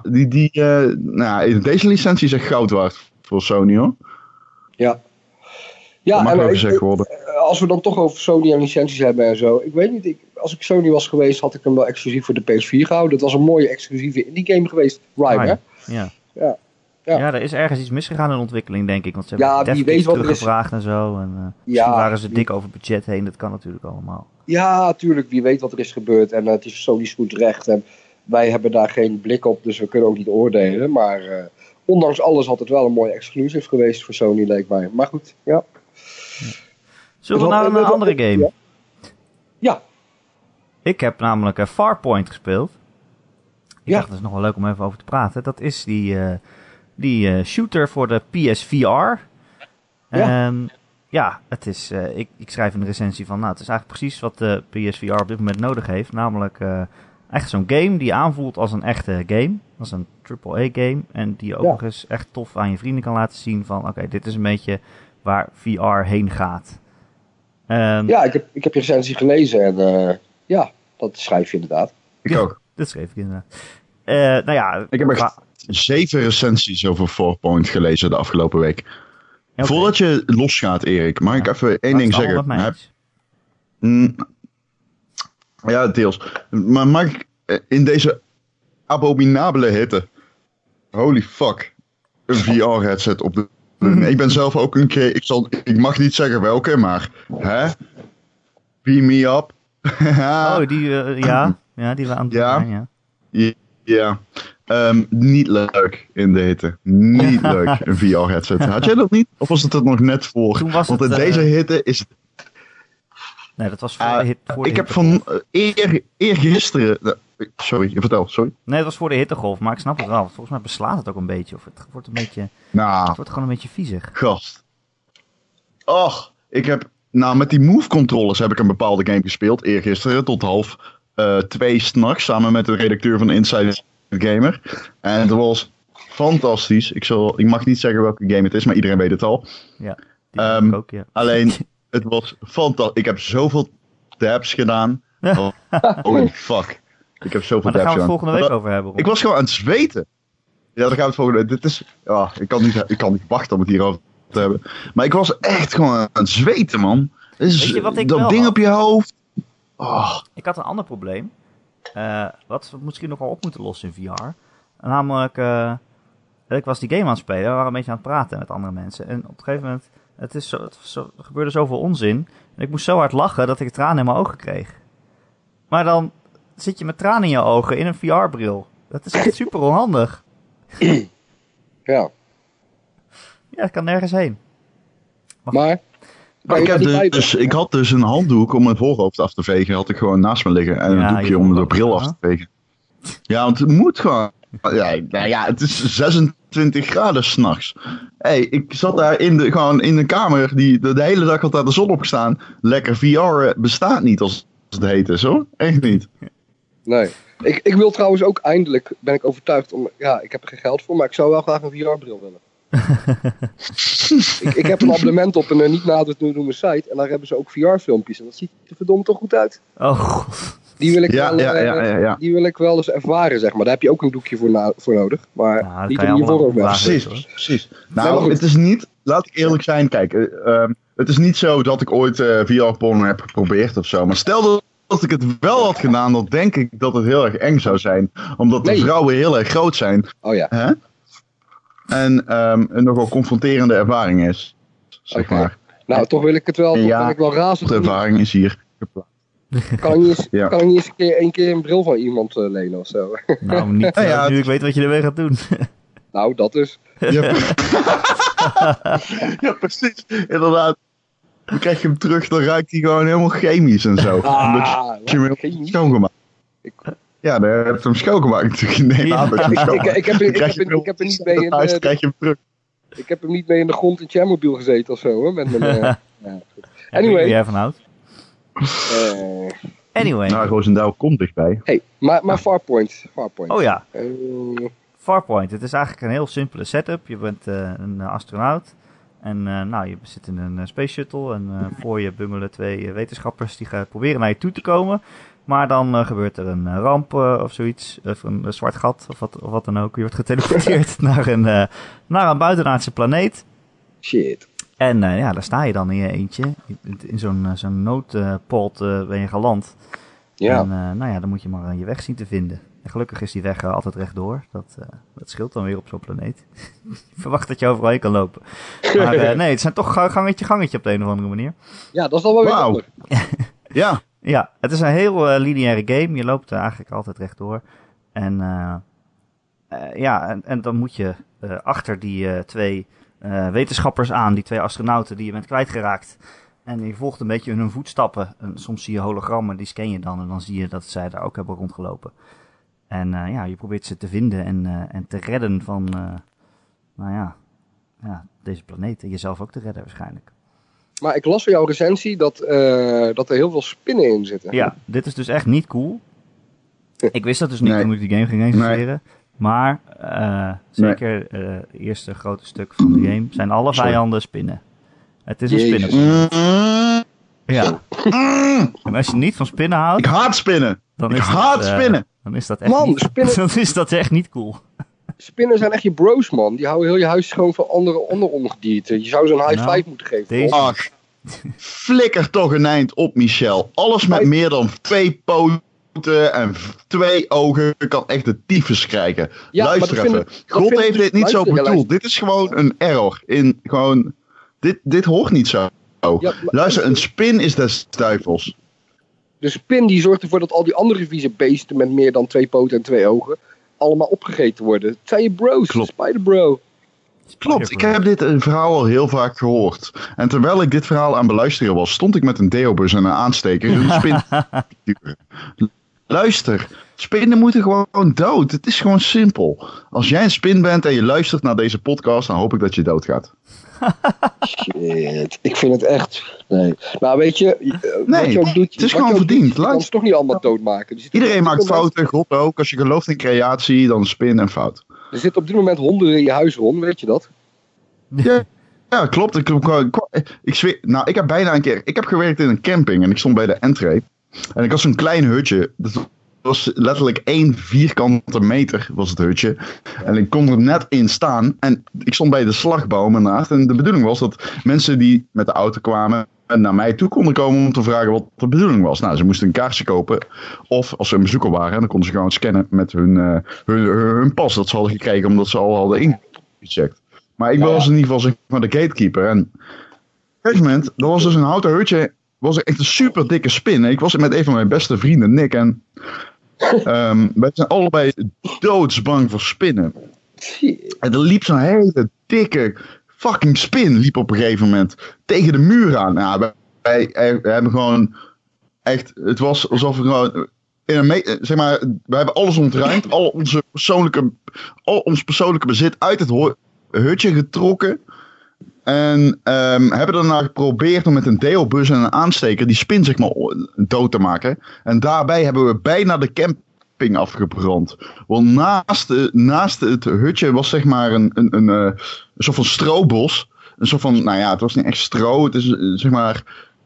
deze licentie is echt goud waard voor Sony, hoor. Ja. Ja, dat mag even gezegd worden. Als we dan toch over Sony en licenties hebben en zo. Ik weet niet, als ik Sony was geweest, had ik hem wel exclusief voor de PS4 gehouden. Dat was een mooie exclusieve indie game geweest. Rime, hè? Ja, er is ergens iets misgegaan in de ontwikkeling, denk ik. Want ze hebben wie weet wat teruggevraagd en zo. En misschien waren ze dik over budget heen. Dat kan natuurlijk allemaal. Ja, natuurlijk. Wie weet wat er is gebeurd. En het is Sony's goed recht. En wij hebben daar geen blik op, dus we kunnen ook niet oordelen. Maar ondanks alles had het wel een mooie exclusive geweest voor Sony, leek mij. Maar goed, ja. Zullen we naar een andere game? Ja. Ik heb namelijk Farpoint gespeeld. Ik dacht, dat is nog wel leuk om even over te praten. Dat is die shooter voor de PSVR. En het is... Ik schrijf in de recensie van... Nou, het is eigenlijk precies wat de PSVR op dit moment nodig heeft. Namelijk echt zo'n game die aanvoelt als een echte game. Als een AAA-game. En die je ook nog eens echt tof aan je vrienden kan laten zien van... Oké, dit is een beetje waar VR heen gaat. Ik heb je recensie gelezen en Ja, dat schrijf je inderdaad. Ik ook. Dat schreef ik inderdaad. Nou ja... Ik heb echt 7 recensies over Farpoint gelezen de afgelopen week. Okay. Voordat je losgaat, Erik, mag ik even één ding zeggen? Ja, deels. Maar mag ik in deze abominabele hitte, holy fuck, een VR-headset op de... Ik ben zelf ook een keer... Ik mag niet zeggen welke, maar... Beam me up. Ja, die we aan het doen zijn, ja. Niet leuk in de hitte. Niet leuk, een VR-headset. Had jij dat niet? Of was het er nog net voor? Want in deze hitte is het... Nee, dat was voor de hitte. Ik heb van eergisteren... Sorry, vertel, sorry. Nee, het was voor de hittegolf, maar ik snap het wel. Volgens mij beslaat het ook een beetje. Of het wordt een beetje... het wordt gewoon een beetje viezig. Gast. Och, ik heb... met die Move controllers heb ik een bepaalde game gespeeld. Eergisteren tot 1:30 s'nachts. Samen met de redacteur van Inside Gamer. En het was fantastisch. Ik mag niet zeggen welke game het is, maar iedereen weet het al. Ja, die heb ik ook, ja. Alleen, het was fantastisch. Ik heb zoveel dabs gedaan. Holy fuck. Ik heb zoveel dabs gedaan. Maar daar gaan we het volgende week over hebben. Ik was gewoon aan het zweten. Ja, daar gaan we het volgende week. Dit is... ik kan niet wachten om het hierover te hebben. Maar ik was echt gewoon aan het zweten, man. Weet je wat ik dat wel ding had? op je hoofd. Oh. Ik had een ander probleem. Wat we misschien nog wel op moeten lossen in VR. Namelijk, ik was die game aan het spelen. We waren een beetje aan het praten met andere mensen. En op een gegeven moment, er gebeurde zoveel onzin. En ik moest zo hard lachen dat ik tranen in mijn ogen kreeg. Maar dan zit je met tranen in je ogen in een VR-bril. Dat is echt super onhandig. Ja. Ja, het kan nergens heen. Maar ik had dus een handdoek om mijn voorhoofd af te vegen. Had ik gewoon naast me liggen. En een doekje om de bril af te vegen. Ja, want het moet gewoon. Ja, het is 26 graden s'nachts. Ik zat daar gewoon in de kamer. De hele dag had daar de zon op gestaan. Lekker VR bestaat niet als het heet is, hoor. Echt niet. Nee. Ik wil trouwens ook eindelijk, ben ik overtuigd, ik heb er geen geld voor, maar ik zou wel graag een VR-bril willen. ik heb een abonnement op een niet nader te noemen site en daar hebben ze ook VR-filmpjes en dat ziet er verdomd toch goed uit. Oh god. Die wil ik wel eens ervaren, zeg maar. Daar heb je ook een doekje voor nodig, maar niet om je voorhoofd. Precies. Nou, het is niet, laat ik eerlijk zijn, kijk, het is niet zo dat ik ooit VR-porn heb geprobeerd of zo, maar stel dat ik het wel had gedaan, dan denk ik dat het heel erg eng zou zijn, omdat de vrouwen heel erg groot zijn. Oh ja. Hè? En een nogal confronterende ervaring is, zeg maar. Nou, toch wil ik het wel, ben ik wel razend. De ervaring is hier geplaatst. Kan ik niet eens één keer een bril van iemand lenen of zo? Nou, niet nu ik weet wat je ermee gaat doen. Nou, dat dus. Ja, precies. Inderdaad. Dan krijg je hem terug, dan ruikt hij gewoon helemaal chemisch en zo. Omdat je hem hebt schoongemaakt. Ja, dan heb je hem schoongemaakt natuurlijk. Ik heb er niet mee in krijg je hem terug. Ik heb hem niet mee in de grond in Chernobyl gezeten of zo, hoor. Met mijn, Anyway. Jij vanuit? Anyway. Nou, Roosendaal komt dichtbij. Hey, maar Farpoint. Oh ja. Farpoint. Het is eigenlijk een heel simpele setup. Je bent een astronaut. En je zit in een space shuttle. En voor je bungelen 2 wetenschappers die gaan proberen naar je toe te komen. Maar dan gebeurt er een ramp of zoiets. Of een zwart gat of wat dan ook. Je wordt geteleporteerd naar een buitenaardse planeet. Shit. En daar sta je dan in je eentje. In zo'n noodpot ben je geland. Ja. En dan moet je maar je weg zien te vinden. En gelukkig is die weg altijd rechtdoor. Dat scheelt dan weer op zo'n planeet. Je verwacht dat je overal heen kan lopen. Maar nee, het zijn toch gangetje op de een of andere manier. Ja, dat is dan wel weer ander. Ja. Ja, het is een heel lineaire game. Je loopt eigenlijk altijd rechtdoor. En en dan moet je achter die 2 wetenschappers aan, die 2 astronauten die je bent kwijtgeraakt. En je volgt een beetje hun voetstappen. En soms zie je hologrammen, die scan je dan. En dan zie je dat zij daar ook hebben rondgelopen. En je probeert ze te vinden en te redden van deze planeet. En jezelf ook te redden waarschijnlijk. Maar ik las van jouw recensie dat er heel veel spinnen in zitten. Ja, dit is dus echt niet cool. Ik wist dat dus niet toen ik die game ging recenseren. Nee. Maar zeker het eerste grote stuk van de game zijn alle vijanden spinnen. Het is een spinnenspel. Ja. En als je niet van spinnen houdt... Ik haat spinnen. Dan is dat echt dan is dat echt niet cool. Spinnen zijn echt je bros, man. Die houden heel je huis schoon van andere onderongedierte. Je zou ze een high five moeten geven. Ach, flikker toch een eind op, Michel. Alles met meer dan 2 poten en 2 ogen kan echt de tyfus krijgen. Ja, luister even. God heeft dit niet zo bedoeld. Dit is gewoon een error. Dit hoort niet zo. Ja, luister, een spin is des duivels. De spin die zorgt ervoor dat al die andere vieze beesten met meer dan 2 poten en 2 ogen allemaal opgegeten worden. Het zijn je bros, Spider-Bro. Klopt, ik heb dit verhaal al heel vaak gehoord. En terwijl ik dit verhaal aan beluisteren was, stond ik met een deobus en een aansteker. Een spin. Luister, spinnen moeten gewoon dood. Het is gewoon simpel. Als jij een spin bent en je luistert naar deze podcast, dan hoop ik dat je doodgaat. Shit, ik vind het echt... Nee. Nou, weet je... wat je ook doet, het is gewoon verdiend. Je kan ze toch niet allemaal doodmaken. Iedereen maakt fouten, God ook. Als je gelooft in creatie, dan spin en fout. Er zitten op dit moment honden in je huis rond, weet je dat? Ja, klopt. Ik zweer, ik heb bijna een keer... Ik heb gewerkt in een camping en ik stond bij de entree. En ik had zo'n klein hutje. Dat was letterlijk 1 vierkante meter was het hutje. En ik kon er net in staan. En ik stond bij de slagboom ernaast. En de bedoeling was dat mensen die met de auto kwamen naar mij toe konden komen om te vragen wat de bedoeling was. Nou, ze moesten een kaartje kopen. Of als ze een bezoeker waren, dan konden ze gewoon scannen met hun pas dat ze hadden gekregen omdat ze al hadden ingecheckt. Maar ik was in ieder geval zeg maar de gatekeeper. En op een gegeven moment, er was dus een houten hutje. Was er echt een super dikke spin. Ik was met een van mijn beste vrienden, Nick. En wij zijn allebei doodsbang voor spinnen. En er liep zo'n hele dikke fucking spin liep op een gegeven moment tegen de muur aan. Nou, wij hebben gewoon echt... Het was alsof we gewoon... zeg maar, we hebben alles ontruimd. Al ons persoonlijke bezit uit het hutje getrokken. En hebben daarna geprobeerd om met een deelbus en een aansteker die spin zeg maar dood te maken. En daarbij hebben we bijna de camping afgebrand. Want naast het hutje was zeg maar een soort van stroobos. Een soort van, nou ja, het was niet echt stro. Het is zeg maar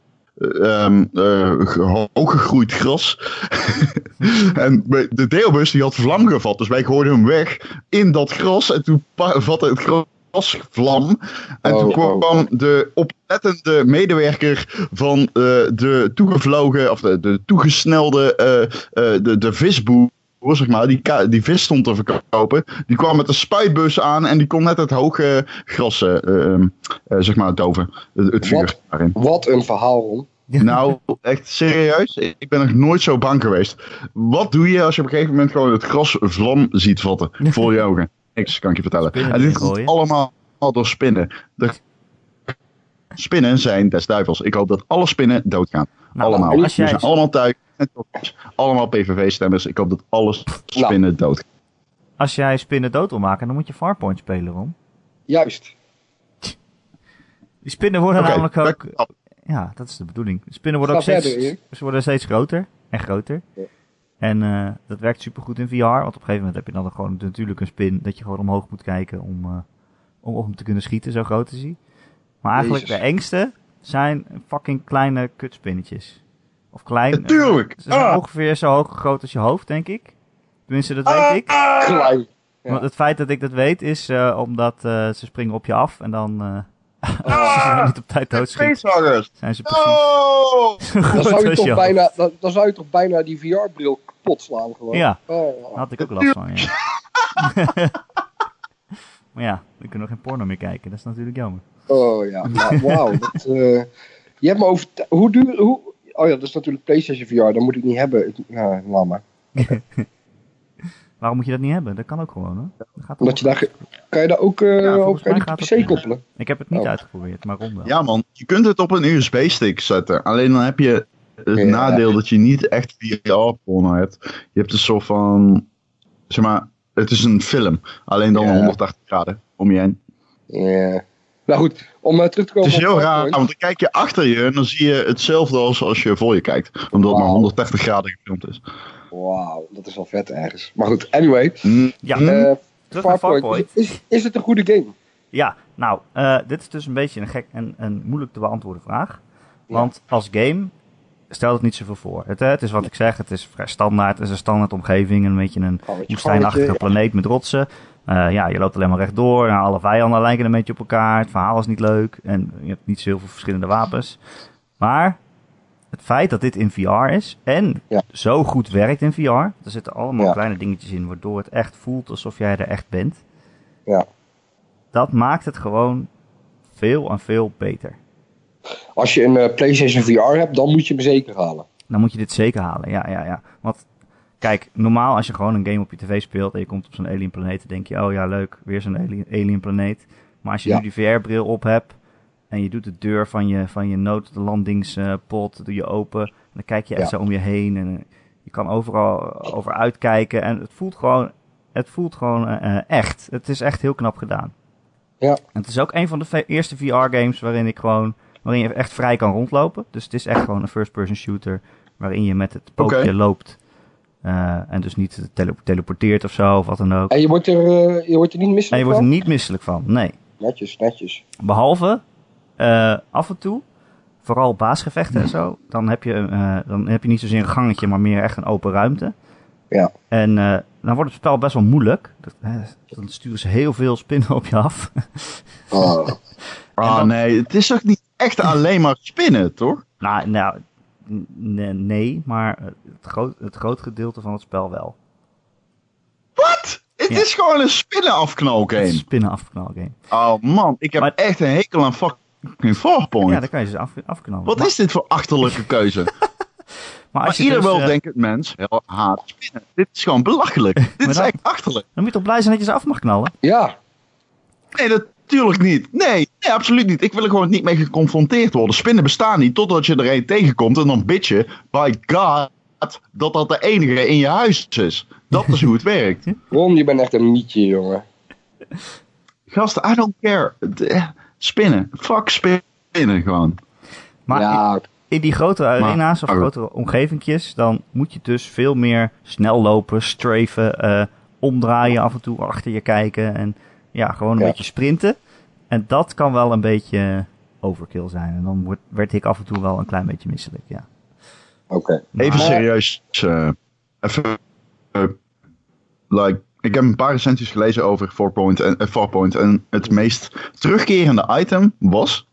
hooggegroeid gras. En de deelbus die had vlam gevat. Dus wij gooiden hem weg in dat gras. En toen vatte het gras vlam. En toen kwam de oplettende medewerker van de toegevlogen, of de toegesnelde de visboer, zeg maar, die vis stond te verkopen. Die kwam met een spuitbus aan en die kon net het hoge gras zeg maar doven. Het vuur daarin. Wat een verhaal, Ron. Nou, echt serieus. Ik ben nog nooit zo bang geweest. Wat doe je als je op een gegeven moment gewoon het gras vlam ziet vatten voor je ogen? Niks kan ik je vertellen. En dit komt allemaal door spinnen. De spinnen zijn des duivels. Ik hoop dat alle spinnen doodgaan. Allemaal. We zijn allemaal thuis. Allemaal PVV-stemmers. Ik hoop dat alle spinnen doodgaan. Als jij spinnen dood wil maken, dan moet je Farpoint spelen, Ron. Juist. Die spinnen worden namelijk ook... Ja, dat is de bedoeling. De spinnen worden ook steeds groter en groter. Ja. En dat werkt supergoed in VR, want op een gegeven moment heb je dan gewoon natuurlijk een spin dat je gewoon omhoog moet kijken om hem te kunnen schieten, zo groot is hij. Maar eigenlijk de engste zijn fucking kleine kutspinnetjes. Of klein. Natuurlijk! Ze zijn ongeveer zo groot als je hoofd, denk ik. Tenminste, dat weet ik. Klein. Ja. Want het feit dat ik dat weet is omdat ze springen op je af en dan... als je niet op tijd doodschiet, zijn ze precies dan zou je toch bijna die VR-bril kapot slaan gewoon. Ja, daar had ik ook last van, ja. Maar ja, dan kunnen we geen porno meer kijken. Dat is natuurlijk jammer. Oh ja, nou, wauw. Je hebt me over... Hoe duur... Oh ja, dat is natuurlijk PlayStation VR. Dat moet ik niet hebben. Nou, laat maar. Okay. Waarom moet je dat niet hebben? Dat kan ook gewoon, hè? Omdat je daar... Kan je daar ook op die PC koppelen? Ik heb het niet uitgeprobeerd, maar Ron wel. Ja man, je kunt het op een USB-stick zetten. Alleen dan heb je het nadeel dat je niet echt VR-porno hebt. Je hebt een soort van... Zeg maar, het is een film. Alleen dan 180 graden om je heen. Ja. Nou goed, om terug te komen... Het is heel raar, want dan kijk je achter je en dan zie je hetzelfde als je voor je kijkt. Omdat het maar 180 graden gefilmd is. Wauw, dat is wel vet ergens. Maar goed, anyway. Terug naar Farpoint. Is het een goede game? Ja, nou, dit is dus een beetje een gek en moeilijk te beantwoorden vraag. Want als game stelt het niet zoveel voor. Het is wat ik zeg, het is vrij standaard. Het is een standaard omgeving, een beetje een woestijnachtige planeet met rotsen. Je loopt alleen maar rechtdoor. Alle vijanden lijken een beetje op elkaar. Het verhaal is niet leuk. En je hebt niet zo heel veel verschillende wapens. Maar het feit dat dit in VR is en zo goed werkt in VR. Er zitten allemaal kleine dingetjes in waardoor het echt voelt alsof jij er echt bent. Ja. Dat maakt het gewoon veel en veel beter. Als je een PlayStation VR hebt, dan moet je hem zeker halen. Dan moet je dit zeker halen, ja. Want kijk, normaal als je gewoon een game op je tv speelt en je komt op zo'n alien planeet, dan denk je, oh ja, leuk, weer zo'n alien planeet. Maar als je nu die VR-bril op hebt en je doet de deur van je noodlandingspot, doe je open, en dan kijk je echt zo om je heen en je kan overal over uitkijken en het voelt gewoon echt. Het is echt heel knap gedaan. Ja. En het is ook een van de eerste VR-games waarin je echt vrij kan rondlopen. Dus het is echt gewoon een first-person shooter waarin je met het pookje loopt. En dus niet teleporteert of zo, of wat dan ook. En je wordt er niet misselijk van? En je wordt er niet misselijk van, nee. Netjes. Behalve, af en toe, vooral baasgevechten en zo, dan heb je niet zozeer een gangetje, maar meer echt een open ruimte. Ja. En dan wordt het spel best wel moeilijk. Dan sturen ze heel veel spinnen op je af. Nee, het is toch niet echt alleen maar spinnen, toch? Nou, nee, maar het groot gedeelte van het spel wel. Wat? Het is gewoon een spinnenafknalgame. Een spinnenafknalgame. Oh man, ik heb echt een hekel aan fucking Farpoint. Ja, dan kan je ze afknallen. Wat is dit voor achterlijke keuze? Maar ieder wel denkt het mens, haat spinnen. Dit is gewoon belachelijk. Dit is echt achterlijk. Dan moet je toch blij zijn dat je ze af mag knallen? Ja. Nee, natuurlijk niet. Nee, absoluut niet. Ik wil er gewoon niet mee geconfronteerd worden. Spinnen bestaan niet totdat je er een tegenkomt en dan bid je, by God, dat de enige in je huis is. Dat is hoe het werkt. Ron, je bent echt een mietje, jongen. Gasten, I don't care. Spinnen. Fuck spinnen gewoon. Maar in die grote arena's of grotere omgevingjes, dan moet je dus veel meer snel lopen, strafen, omdraaien af en toe, achter je kijken en gewoon een beetje sprinten. En dat kan wel een beetje overkill zijn. En dan werd ik af en toe wel een klein beetje misselijk, ja. Oké. Even serieus. Ik heb een paar recensies gelezen over Farpoint en het meest terugkerende item was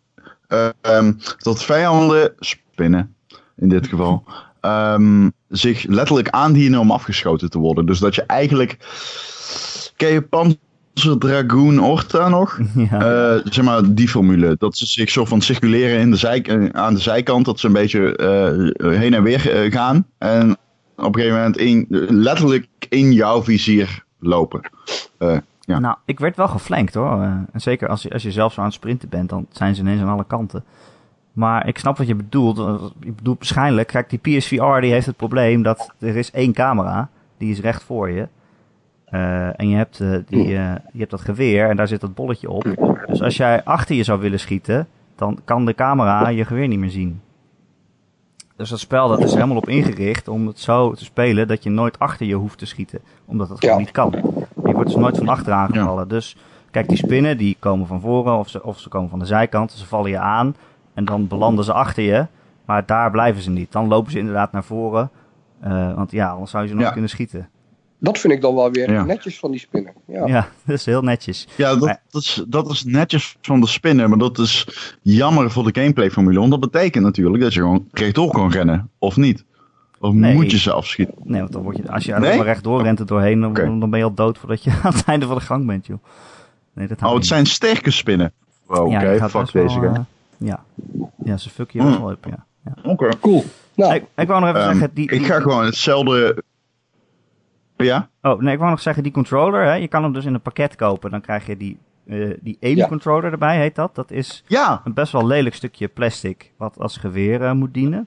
dat vijanden, spinnen in dit geval, zich letterlijk aandienen om afgeschoten te worden. Dus dat je eigenlijk, ken je Panzer Dragoon Orta nog? Ja. Zeg maar die formule, dat ze zich soort van circuleren aan de zijkant, dat ze een beetje heen en weer gaan en op een gegeven moment letterlijk in jouw vizier lopen. Ja. Nou, ik werd wel geflankt hoor. En zeker als je zelf zo aan het sprinten bent, dan zijn ze ineens aan alle kanten. Maar ik snap wat je bedoelt. Je bedoelt waarschijnlijk, kijk, die PSVR die heeft het probleem dat er is 1 camera, die is recht voor je. En je hebt dat geweer en daar zit dat bolletje op. Dus als jij achter je zou willen schieten, dan kan de camera je geweer niet meer zien. Dus dat spel dat is helemaal op ingericht om het zo te spelen dat je nooit achter je hoeft te schieten. Omdat dat gewoon niet kan. Je wordt dus nooit van achter aangevallen. Ja. Dus kijk, die spinnen die komen van voren of ze komen van de zijkant. Ze vallen je aan en dan belanden ze achter je. Maar daar blijven ze niet. Dan lopen ze inderdaad naar voren. Want anders zou je ze nog kunnen schieten. Dat vind ik dan wel weer netjes van die spinnen. Ja, dat is heel netjes. Ja, dat is netjes van de spinnen. Maar dat is jammer voor de gameplay-formule. Want dat betekent natuurlijk dat je gewoon rechtdoor kan rennen. Of niet. Of moet je ze afschieten? Nee, want dan word je, als je alleen maar rechtdoor rent er doorheen, dan ben je al dood voordat je aan het einde van de gang bent, joh. Nee, het zijn sterke spinnen. Oké, fuck deze game. Ja, ze fuck je wel op, ja. Oké, cool. Nou, ik wou nog even zeggen... ik ga gewoon hetzelfde... Ja? Oh, nee, ik wou nog zeggen, die controller, hè, je kan hem dus in een pakket kopen. Dan krijg je die aim-controller erbij, heet dat. Dat is een best wel lelijk stukje plastic, wat als geweer moet dienen.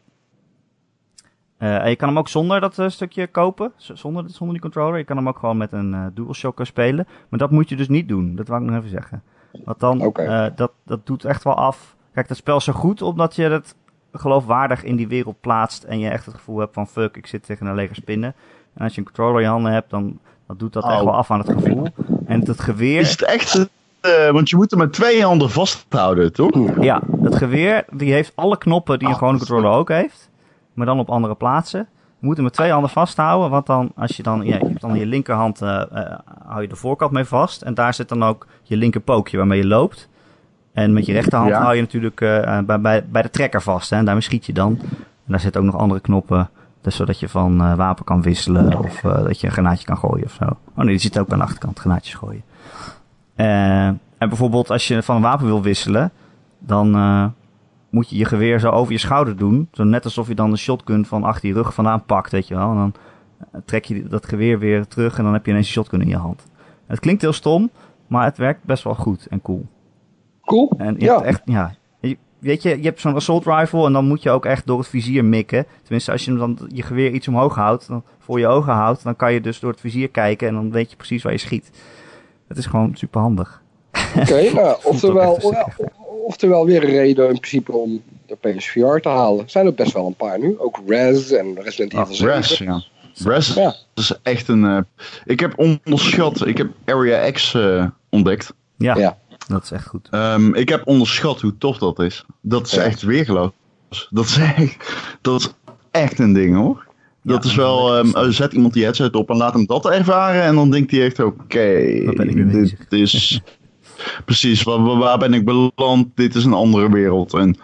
En je kan hem ook zonder dat stukje kopen, zonder die controller. Je kan hem ook gewoon met een DualShock spelen. Maar dat moet je dus niet doen, dat wou ik nog even zeggen. Want dan, dat doet echt wel af. Kijk, dat spel is zo goed, omdat je het geloofwaardig in die wereld plaatst. En je echt het gevoel hebt van, fuck, ik zit tegen een leger spinnen. En als je een controller in je handen hebt, dan doet dat echt wel af aan het gevoel. En het geweer... Is het echt want je moet hem met 2 handen vasthouden, toch? Ja, het geweer die heeft alle knoppen die een gewone controller ook heeft. Maar dan op andere plaatsen. Je moet hem met 2 handen vasthouden. Want dan, als je dan, je hebt dan in je linkerhand hou je de voorkant mee vast. En daar zit dan ook je linkerpookje waarmee je loopt. En met je rechterhand hou je natuurlijk bij de trekker vast. Hè, en daarmee schiet je dan. En daar zitten ook nog andere knoppen. Dus zodat je van wapen kan wisselen. Of dat je een granaatje kan gooien of zo. Oh nee, die zit ook aan de achterkant. Granaatjes gooien. En bijvoorbeeld als je van een wapen wil wisselen. Dan moet je je geweer zo over je schouder doen. Zo net alsof je dan een shotgun van achter je rug vandaan pakt. Weet je wel. En dan trek je dat geweer weer terug. En dan heb je ineens een shotgun in je hand. Het klinkt heel stom. Maar het werkt best wel goed en cool. Cool. En je hebt echt, weet je hebt zo'n assault rifle en dan moet je ook echt door het vizier mikken. Tenminste, als je dan je geweer iets omhoog houdt, dan voor je ogen houdt, dan kan je dus door het vizier kijken en dan weet je precies waar je schiet. Het is gewoon super handig. Oké, nou, oftewel weer een reden in principe om de PSVR te halen. Er zijn er best wel een paar nu. Ook Rez en Resident Evil 7. Rez, ja. Rez is echt een... ik heb onderschat, ik heb Area X ontdekt. Ja. Dat is echt goed. Ik heb onderschat hoe tof dat is. Dat is echt weergeloos. Dat is echt een ding, hoor. Dat is wel... zet iemand die headset op en laat hem dat ervaren. En dan denkt hij echt, oké, dit is... Precies, waar ben ik beland? Dit is een andere wereld. En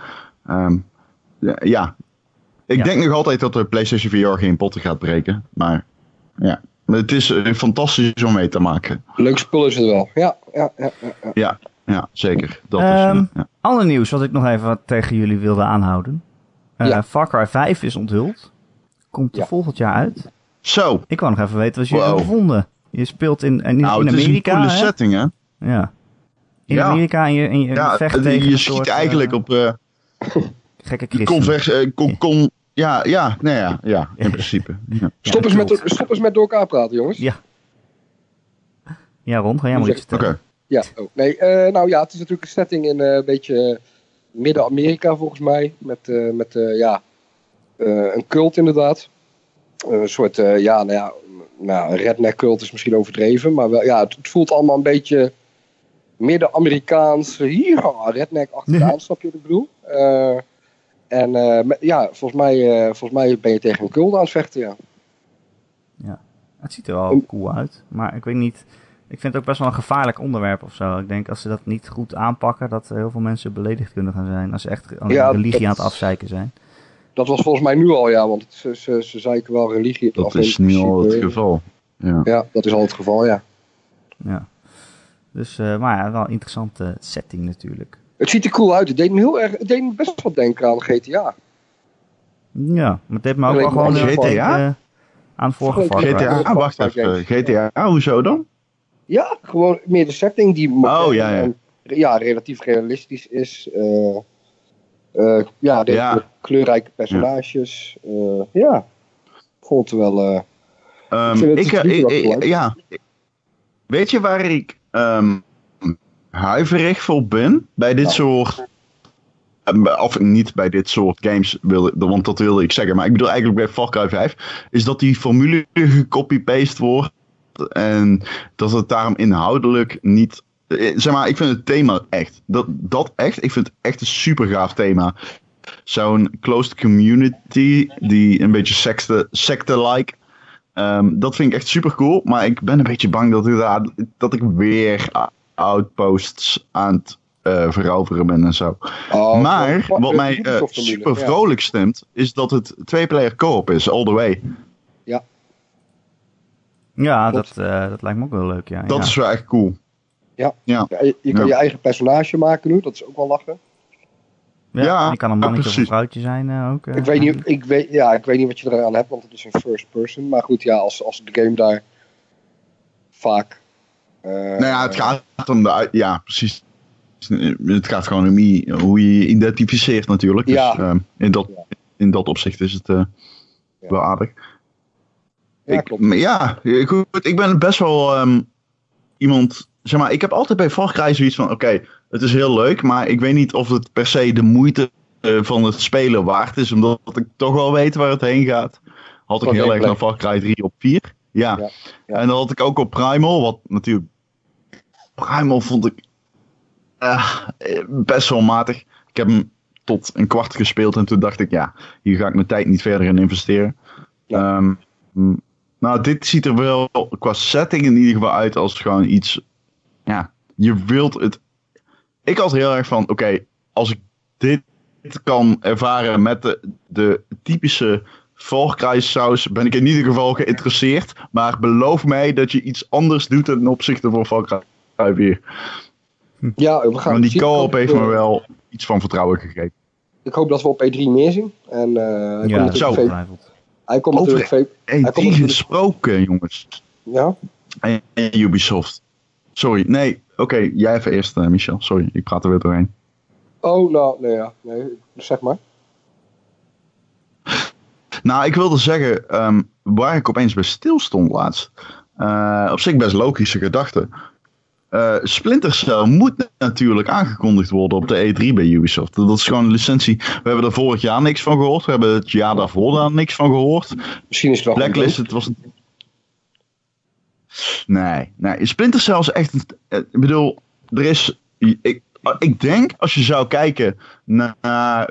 ik denk nog altijd dat de PlayStation VR geen potten gaat breken. Maar ja, het is fantastisch om mee te maken. Leuk spul is het wel. Ja, zeker. Dat is, Ander nieuws wat ik nog even tegen jullie wilde aanhouden. Far Cry 5 is onthuld. Komt volgend jaar uit. Zo. Ik wou nog even weten wat jullie hebben gevonden. Je speelt in Amerika. Het is een coole setting, hè? Ja. In Amerika en je vecht tegen je schiet soort, eigenlijk op... gekke christen. In principe. Ja. Stop eens met door elkaar praten, jongens. Ja, Ron, ga jij maar iets vertellen. Oké. Ja, het is natuurlijk een setting in een beetje Midden-Amerika volgens mij. Met een cult inderdaad. Een soort, redneck cult is misschien overdreven. Maar wel, het voelt allemaal een beetje Midden-Amerikaans. Redneck-achtig aan, snap je wat ik bedoel? Volgens mij ben je tegen een cult aan het vechten, Ja, het ziet er wel cool uit. Maar ik weet niet... Ik vind het ook best wel een gevaarlijk onderwerp of zo. Ik denk als ze dat niet goed aanpakken, dat heel veel mensen beledigd kunnen gaan zijn. Als ze echt religie aan het afzeiken zijn. Dat was volgens mij nu al, want ze zeiken wel religie af. Dat is nu al het geval. Ja, dat is al het geval, ja. Dus, wel een interessante setting natuurlijk. Het ziet er cool uit. Het deed me best wel denken aan GTA. Ja, maar het deed me ook wel gewoon GTA? Aan vorige GTA, wacht even. GTA, hoezo dan? Ja, gewoon meer de setting die relatief realistisch is. Kleurrijke personages. Ik vond het wel... weet je waar ik huiverig voor ben? Bij dit soort... of niet bij dit soort games, want dat wilde ik zeggen. Maar ik bedoel eigenlijk bij Far Cry 5... is dat die formule gecopy-paste wordt... En dat het daarom inhoudelijk niet... Zeg maar, ik vind het thema echt... Dat echt, ik vind het echt een super gaaf thema. Zo'n closed community die een beetje secte-like... dat vind ik echt super cool. Maar ik ben een beetje bang dat ik weer outposts aan het veroveren ben en zo. Maar wat mij super vrolijk stemt... is dat het 2-player co-op is, all the way. Ja, dat lijkt me ook wel leuk, ja. Dat is wel echt cool. Ja. Je kan je eigen personage maken nu, dat is ook wel lachen. Ja, je kan een mannetje of een vrouwtje zijn ook. Ik weet niet wat je eraan hebt, want het is een first person. Maar goed, als de game daar vaak... het gaat om precies. Het gaat gewoon om hoe je je identificeert natuurlijk. Dus in dat opzicht is het wel aardig. Goed. Ik ben best wel iemand... Zeg maar, ik heb altijd bij Far Cry zoiets van... Oké, het is heel leuk, maar ik weet niet of het per se de moeite van het spelen waard is. Omdat ik toch wel weet waar het heen gaat. Had ik heel erg naar Far Cry 3 op 4. Ja. En dan had ik ook op Primal, wat natuurlijk... Primal vond ik best wel matig. Ik heb hem tot een kwart gespeeld en toen dacht ik, ja, hier ga ik mijn tijd niet verder in investeren. Ja. Nou, dit ziet er wel qua setting in ieder geval uit als gewoon iets, ja, je wilt het. Ik had heel erg van, oké, als ik dit kan ervaren met de typische Far Cry saus, ben ik in ieder geval geïnteresseerd. Maar beloof mij dat je iets anders doet ten opzichte van Far Cry weer. Ja, we gaan. Maar die co-op heeft me wel iets van vertrouwen gegeven. Ik hoop dat we op E3 meer zien. En hij komt natuurlijk E3 gesproken, jongens. Ja? En Ubisoft. Sorry, nee. Oké, jij even eerst, Michel. Sorry, ik praat er weer doorheen. Oh, nou, nee, zeg maar. Nou, ik wilde zeggen, waar ik opeens bij stil stond laatst. Op zich best logische gedachte. Splinter Cell moet natuurlijk aangekondigd worden op de E3 bij Ubisoft. Dat is gewoon een licentie. We hebben er vorig jaar niks van gehoord. We hebben het jaar daarvoor daar niks van gehoord. Misschien is het wel Blacklist, het was... Nee. Splinter Cell is echt... Ik bedoel, er is... Ik denk, als je zou kijken naar...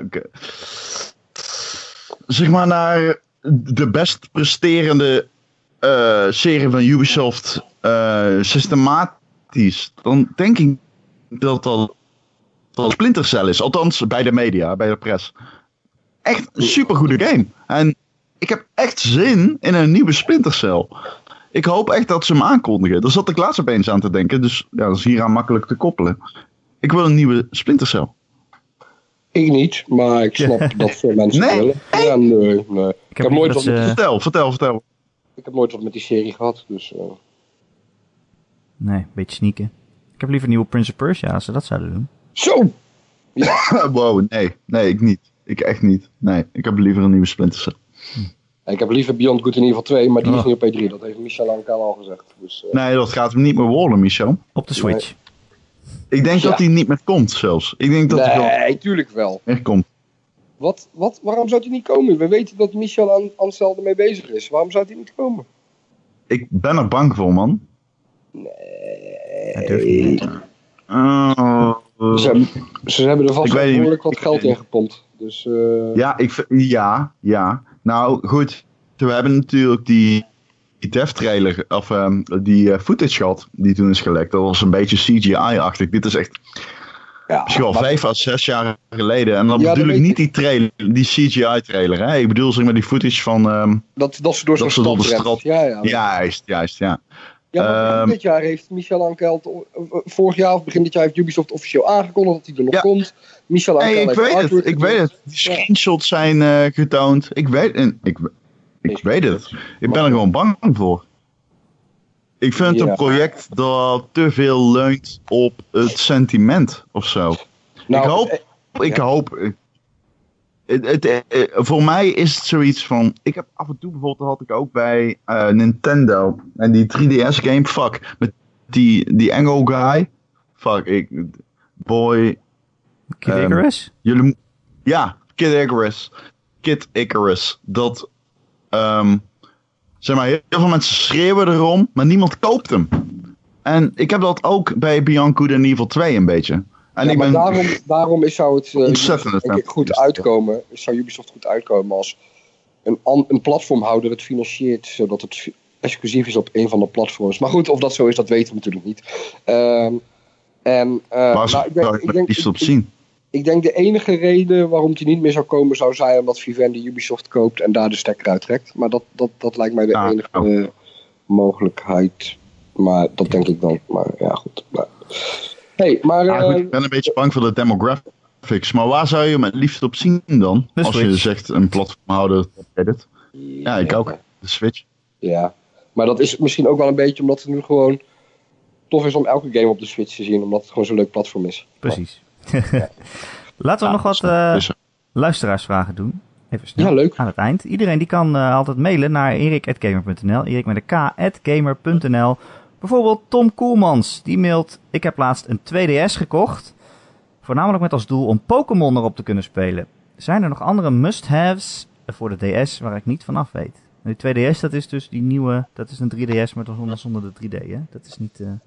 Zeg maar naar de best presterende serie van Ubisoft systematisch, dan denk ik dat Splinter Cell is. Althans, bij de media, bij de pers. Echt een supergoede game. En ik heb echt zin in een nieuwe Splinter Cell. Ik hoop echt dat ze hem aankondigen. Daar zat ik laatst opeens aan te denken. Dus ja, dat is hieraan makkelijk te koppelen. Ik wil een nieuwe Splinter Cell. Ik niet, maar ik snap dat veel mensen willen. Ja, nee. Ik heb nooit wat met... Vertel. Ik heb nooit wat met die serie gehad, dus... Nee, een beetje sneaken. Ik heb liever nieuwe Prince of Persia als ze dat zouden doen. Zo! Ja. Wow, nee, ik niet. Ik echt niet. Nee, ik heb liever een nieuwe Splinter Cell. Ik heb liever Beyond Good and Evil 2, maar die is niet op E3. Dat heeft Michel Ankel al gezegd. Dus, Nee, dat gaat hem niet meer worden, Michel. Op de Switch. Nee. Ik denk dat hij niet meer komt, zelfs. Ik denk dat hij tuurlijk wel. Echt komt. Waarom zou hij niet komen? We weten dat Michel Ancel ermee bezig is. Waarom zou hij niet komen? Ik ben er bang voor, man. Nee. Dat durf je niet. Ze hebben er vast behoorlijk wat geld in gepompt. Dus, Ja. Nou, goed. We hebben natuurlijk die dev-trailer, of die footage gehad, die toen is gelekt. Dat was een beetje CGI-achtig. Dit is echt misschien wel 5 à 6 jaar geleden. En dan bedoel ik niet die trailer, die CGI-trailer. Hè? Ik bedoel zeg maar die footage van... dat ze door zo'n stad. Juist, ja. Ja, maar dit jaar heeft Michel Ankel, vorig jaar of begin dit jaar heeft Ubisoft officieel aangekondigd dat hij er nog komt. Michel Ankel ik weet het. Die screenshots zijn getoond. Ik weet het. Ik ben er gewoon bang voor. Ik vind het een project dat te veel leunt op het sentiment of zo. Nou, ik hoop. Voor mij is het zoiets van... Ik heb af en toe bijvoorbeeld, had ik ook bij Nintendo. En die 3DS game, fuck. Met die Engel guy. Fuck, boy. Kid Icarus? Kid Icarus. Dat... zeg maar, heel veel mensen schreeuwen erom, maar niemand koopt hem. En ik heb dat ook bij Beyond Good and Evil 2 een beetje. En maar daarom zou het goed uitkomen. Zou Ubisoft goed uitkomen als een platformhouder het financiert, zodat het exclusief is op een van de platforms. Maar goed, of dat zo is, dat weten we natuurlijk niet. Ik denk de enige reden waarom die niet meer zou komen zou zijn omdat Vivendi Ubisoft koopt en daar de stekker uittrekt. Maar dat lijkt mij de enige mogelijkheid. Maar dat denk ik dan. Maar ja, goed. Ik ben een beetje bang voor de demographics. Maar waar zou je hem het liefst op zien dan? Als je zegt een platformhouder. Ja, ik ook. De Switch. Ja, maar dat is misschien ook wel een beetje omdat het nu gewoon tof is om elke game op de Switch te zien. Omdat het gewoon zo'n leuk platform is. Precies. Ja. Laten we nog wat luisteraarsvragen doen. Even snel. Ja, leuk. Aan het eind. Iedereen die kan altijd mailen naar erik@gamer.nl. Erik met een k@gamer.nl. Bijvoorbeeld Tom Koelmans. Die mailt: ik heb laatst een 2DS gekocht. Voornamelijk met als doel om Pokémon erop te kunnen spelen. Zijn er nog andere must-haves voor de DS waar ik niet vanaf weet? Die 2DS, dat is dus die nieuwe... Dat is een 3DS, maar dan zonder de 3D, hè? Dat is niet...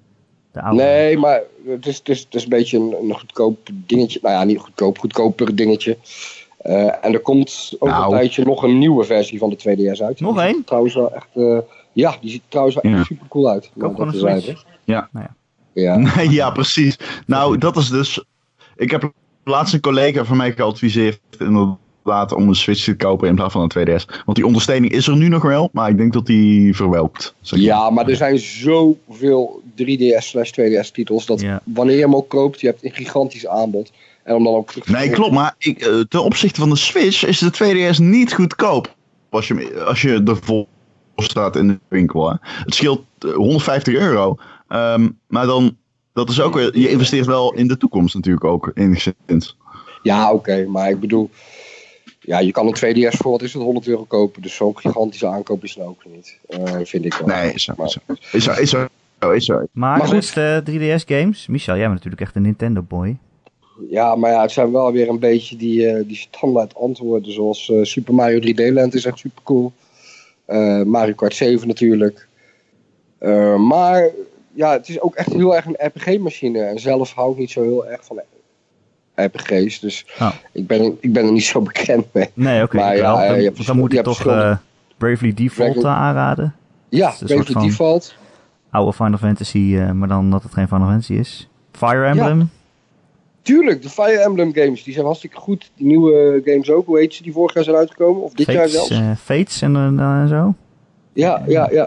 De oude. Nee, maar het is een beetje een goedkoop dingetje. Nou ja, niet goedkoper dingetje. En er komt ook een tijdje nog een nieuwe versie van de 2DS uit. Nog één? Trouwens wel echt... die ziet trouwens wel echt super cool uit. Koop gewoon een Switch. Ja. Nou ja. Ja. Nee, ja, precies. Nou, dat is dus... Ik heb laatst een collega van mij geadviseerd inderdaad om een Switch te kopen in plaats van een 2DS. Want die ondersteuning is er nu nog wel, maar ik denk dat die verwelkt. Ja, maar er zijn zoveel 3DS/2DS titels dat wanneer je hem ook koopt, je hebt een gigantisch aanbod. En om dan ook nee, klopt, maar ten opzichte van de Switch is de 2DS niet goedkoop. Als je ervoor staat in de winkel. Hè. Het scheelt €150. Maar dan, dat is ook weer, je investeert wel in de toekomst natuurlijk ook enigszins. Ja, oké, maar ik bedoel, ja, je kan een 2DS voor, wat is het, €100 kopen. Dus zo'n gigantische aankoop is dan ook niet, vind ik wel. Nee, is zo. Maar goed, 3DS games, Michel, jij bent natuurlijk echt een Nintendo boy. Ja, maar ja, het zijn wel weer een beetje die standaard antwoorden, zoals Super Mario 3D Land is echt super cool. Mario Kart 7 natuurlijk. Maar ja, het is ook echt heel erg een RPG-machine. En zelf hou ik niet zo heel erg van RPG's. Dus ik ben er niet zo bekend mee. Nee, oké. Maar dan moet ik toch Bravely Default aanraden. Ja, Bravely Default. Oude Final Fantasy, maar dan dat het geen Final Fantasy is. Fire Emblem. Ja. Tuurlijk, de Fire Emblem games, die zijn hartstikke goed. Die nieuwe games ook, hoe heet ze, die vorig jaar zijn uitgekomen? Of dit jaar zelfs? Fates en zo. Ja.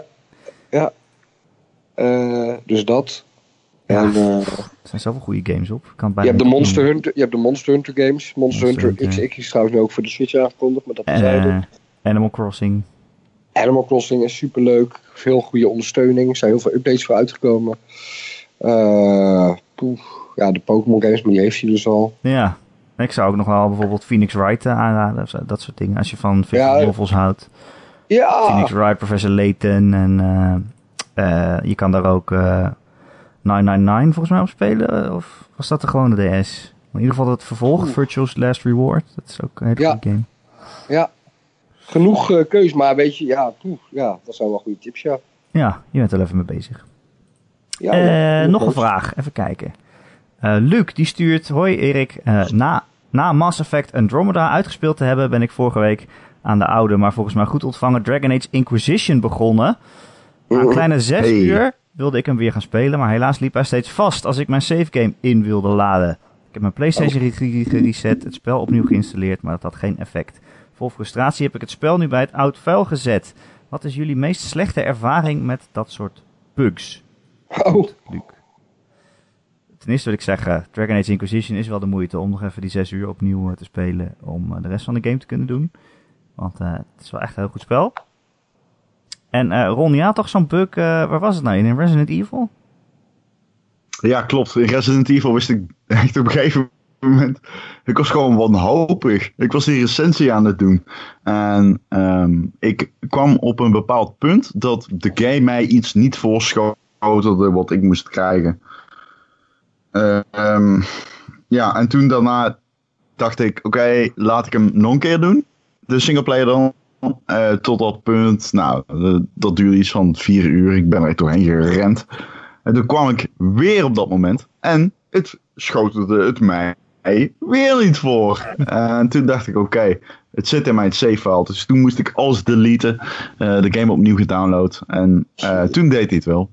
Dus dat. Ja, er zijn zoveel goede games op. Je hebt de Monster Hunter games. Monster Hunter XX is trouwens nu ook voor de Switch aangekondigd, maar dat is Animal Crossing. Animal Crossing is superleuk. Veel goede ondersteuning. Er zijn heel veel updates voor uitgekomen. Ja, de Pokémon games, maar die heeft hij dus al. Ja, ik zou ook nog wel bijvoorbeeld Phoenix Wright aanraden. Of dat soort dingen. Als je van visual novels houdt. Ja. Phoenix Wright, Professor Layton. En je kan daar ook 999 volgens mij op spelen. Of was dat de gewone DS? In ieder geval het vervolg, Virtual's Last Reward. Dat is ook een hele goede game. Ja, genoeg keus. Maar weet je, dat zijn wel goede tips, ja. Ja, je bent er even mee bezig. Ja, nog een vraag, even kijken. Luc, die stuurt... Hoi Erik, na Mass Effect Andromeda uitgespeeld te hebben... ben ik vorige week aan de oude, maar volgens mij goed ontvangen... Dragon Age Inquisition begonnen. Na een kleine 6 uur wilde ik hem weer gaan spelen... maar helaas liep hij steeds vast als ik mijn savegame in wilde laden. Ik heb mijn PlayStation gereset, het spel opnieuw geïnstalleerd... maar dat had geen effect. Vol frustratie heb ik het spel nu bij het oud vuil gezet. Wat is jullie meest slechte ervaring met dat soort bugs? Luc. Ten eerste wil ik zeggen, Dragon Age Inquisition is wel de moeite om nog even die 6 uur opnieuw te spelen om de rest van de game te kunnen doen. Want het is wel echt een heel goed spel. En Ron, je had toch zo'n bug, waar was het nou in Resident Evil? Ja, klopt. In Resident Evil wist ik echt op een gegeven moment, ik was gewoon wanhopig. Ik was die recensie aan het doen. En ik kwam op een bepaald punt dat de game mij iets niet voorschotelde wat ik moest krijgen. En toen daarna dacht ik, oké, laat ik hem nog een keer doen. De singleplayer dan. Tot dat punt, dat duurde iets van 4 uur. Ik ben er doorheen gerend. En toen kwam ik weer op dat moment. En het schotelde het mij weer niet voor. En toen dacht ik, oké, het zit in mijn save file. Dus toen moest ik alles deleten. De game opnieuw gedownload. En toen deed hij het wel.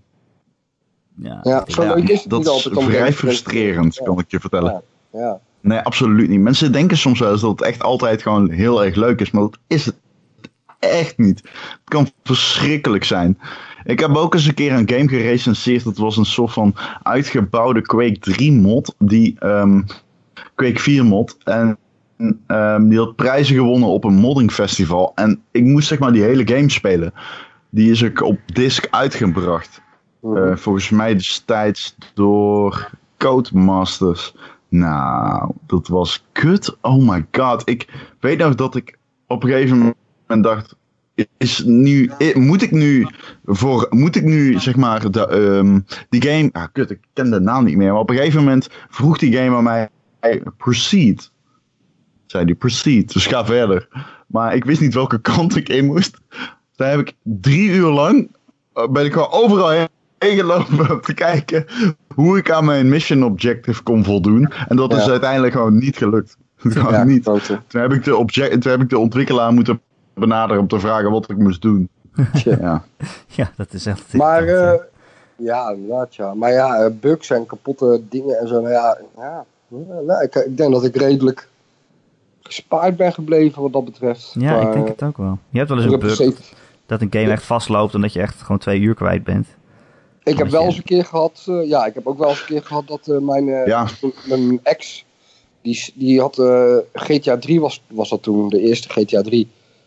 Dat is vrij frustrerend, kan ik je vertellen. Ja. Nee, absoluut niet. Mensen denken soms wel eens dat het echt altijd gewoon heel erg leuk is. Maar dat is het echt niet. Het kan verschrikkelijk zijn. Ik heb ook eens een keer een game gerecenseerd. Dat was een soort van uitgebouwde Quake 3 mod. Quake 4 mod. En die had prijzen gewonnen op een moddingfestival. En ik moest zeg maar die hele game spelen. Die is ook op disc uitgebracht. Volgens mij destijds door Codemasters. Nou, dat was kut. Oh my god. Ik weet nog dat ik op een gegeven moment dacht... Moet ik nu zeg maar die game... ik ken de naam niet meer. Maar op een gegeven moment vroeg die game aan mij... Proceed. Zei die, proceed. Dus ga verder. Maar ik wist niet welke kant ik in moest. Daar heb ik 3 uur lang... ben ik gewoon overal heen gelopen om te kijken hoe ik aan mijn mission objective kon voldoen. En dat is uiteindelijk gewoon niet gelukt. Gewoon niet. Toen heb ik de ontwikkelaar moeten benaderen om te vragen wat ik moest doen. Ja, dat is echt... Maar, ja, inderdaad, ja. Maar ja, bugs en kapotte dingen en zo. Nou, ik denk dat ik redelijk gespaard ben gebleven wat dat betreft. Ja, ik denk het ook wel. Je hebt wel eens een bug dat een game echt vastloopt omdat je echt gewoon 2 uur kwijt bent. Ik heb wel eens een keer gehad, ik heb ook wel eens een keer gehad dat mijn ex, die had GTA 3 was dat toen, de eerste GTA 3.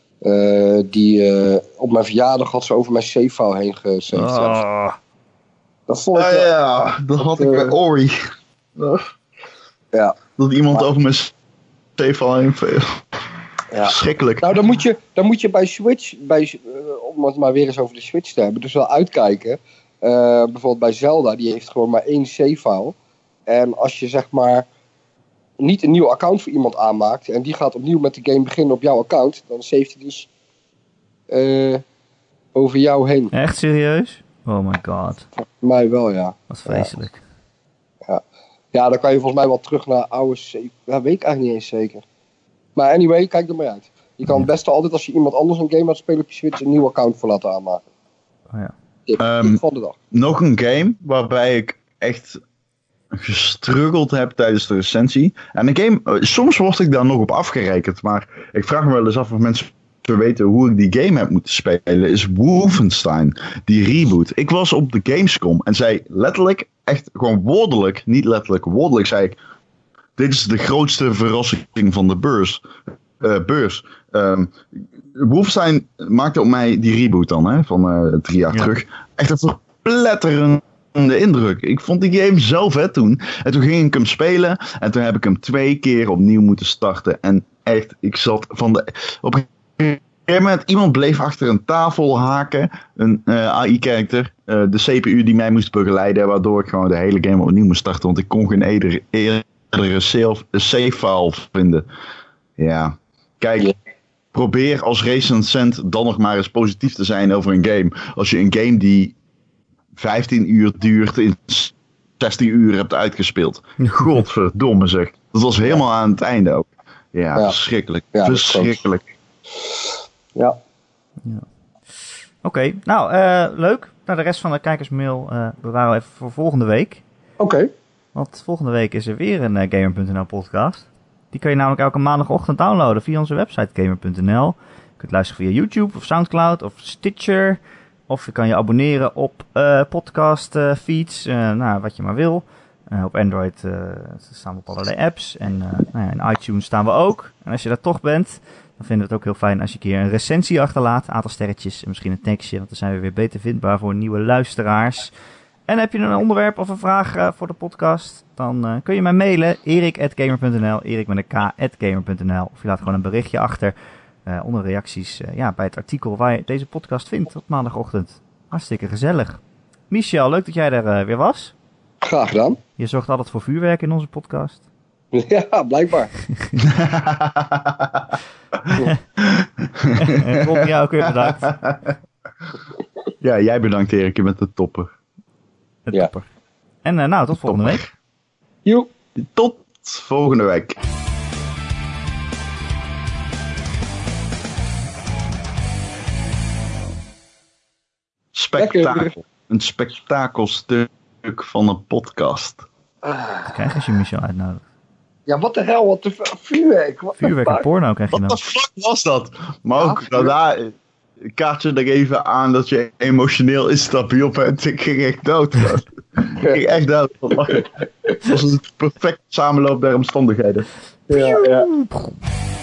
Op mijn verjaardag had ze over mijn save-file heen gesaved. Dat vond ik dat had ik bij Ori. Ja. Dat iemand over mijn save-file heen viel. Ja. Schrikkelijk. Nou, dan moet je bij Switch, om het maar weer eens over de Switch te hebben, dus wel uitkijken. Bijvoorbeeld bij Zelda, die heeft gewoon maar 1 save-file. En als je zeg maar niet een nieuw account voor iemand aanmaakt en die gaat opnieuw met de game beginnen op jouw account, dan saved hij dus over jou heen. Echt serieus? Oh my god. Voor mij wel, ja. Wat vreselijk. Ja, dan kan je volgens mij wel terug naar oude save. Dat weet ik eigenlijk niet eens zeker. Maar anyway, kijk er maar uit. Je kan het beste altijd als je iemand anders een game gaat spelen op je Switch een nieuw account voor laten aanmaken. Oh ja. Tip van de dag. Nog een game waarbij ik echt gestruggeld heb tijdens de recensie. En een game, soms word ik daar nog op afgerekend, maar ik vraag me wel eens af of mensen weten hoe ik die game heb moeten spelen, is Wolfenstein, die reboot. Ik was op de Gamescom en zei letterlijk, echt gewoon woordelijk, niet letterlijk, woordelijk zei ik, dit is de grootste verrassing van de beurs. Wolfenstein maakte op mij die reboot dan, hè, van 3 jaar terug, echt een verpletterende indruk. Ik vond die game zo vet toen. En toen ging ik hem spelen en toen heb ik hem 2 keer opnieuw moeten starten. En echt, ik zat op een gegeven moment, iemand bleef achter een tafel haken, een AI-character, de CPU die mij moest begeleiden, waardoor ik gewoon de hele game opnieuw moest starten, want ik kon geen eerdere save-file vinden. Ja, kijk, probeer als recensent dan nog maar eens positief te zijn over een game. Als je een game die 15 uur duurt in 16 uur hebt uitgespeeld. Godverdomme zeg. Dat was helemaal aan het einde ook. Ja. Verschrikkelijk. Ja, verschrikkelijk. Ja. Oké, nou leuk. Nou, de rest van de kijkersmail bewaren we even voor volgende week. Oké. Want volgende week is er weer een Gamer.nl podcast. Die kan je namelijk elke maandagochtend downloaden via onze website Gamer.nl. Je kunt luisteren via YouTube of Soundcloud of Stitcher. Of je kan je abonneren op podcast feeds, wat je maar wil. Op Android staan we op allerlei apps. En in iTunes staan we ook. En als je daar toch bent, dan vinden we het ook heel fijn als je een keer een recensie achterlaat. Een aantal sterretjes en misschien een tekstje. Want dan zijn we weer beter vindbaar voor nieuwe luisteraars. En heb je een onderwerp of een vraag voor de podcast, dan kun je mij mailen. Erik@gamer.nl, Erik met een K@gamer.nl. Of je laat gewoon een berichtje achter onder reacties bij het artikel waar je deze podcast vindt op maandagochtend. Hartstikke gezellig. Michel, leuk dat jij er weer was. Graag gedaan. Je zorgt altijd voor vuurwerk in onze podcast. Ja, blijkbaar. Rob, jou ook weer bedankt. Ja, jij bedankt Erik, je bent de topper. Topper. En tot volgende week. Joep. Tot volgende week. Spektakel. Een spektakelstuk van een podcast. Dat krijg je als je Michel uitnodigt. Ja, wat de hel, wat de vuurwerk. Vuurwerk en porno krijg je dan. Wat de fuck was dat? Maar ook daarna kaart je er even aan dat je emotioneel instapje op bent. Ik ging echt dood. Ik ging echt dood. Het was een perfect samenloop der omstandigheden. Ja.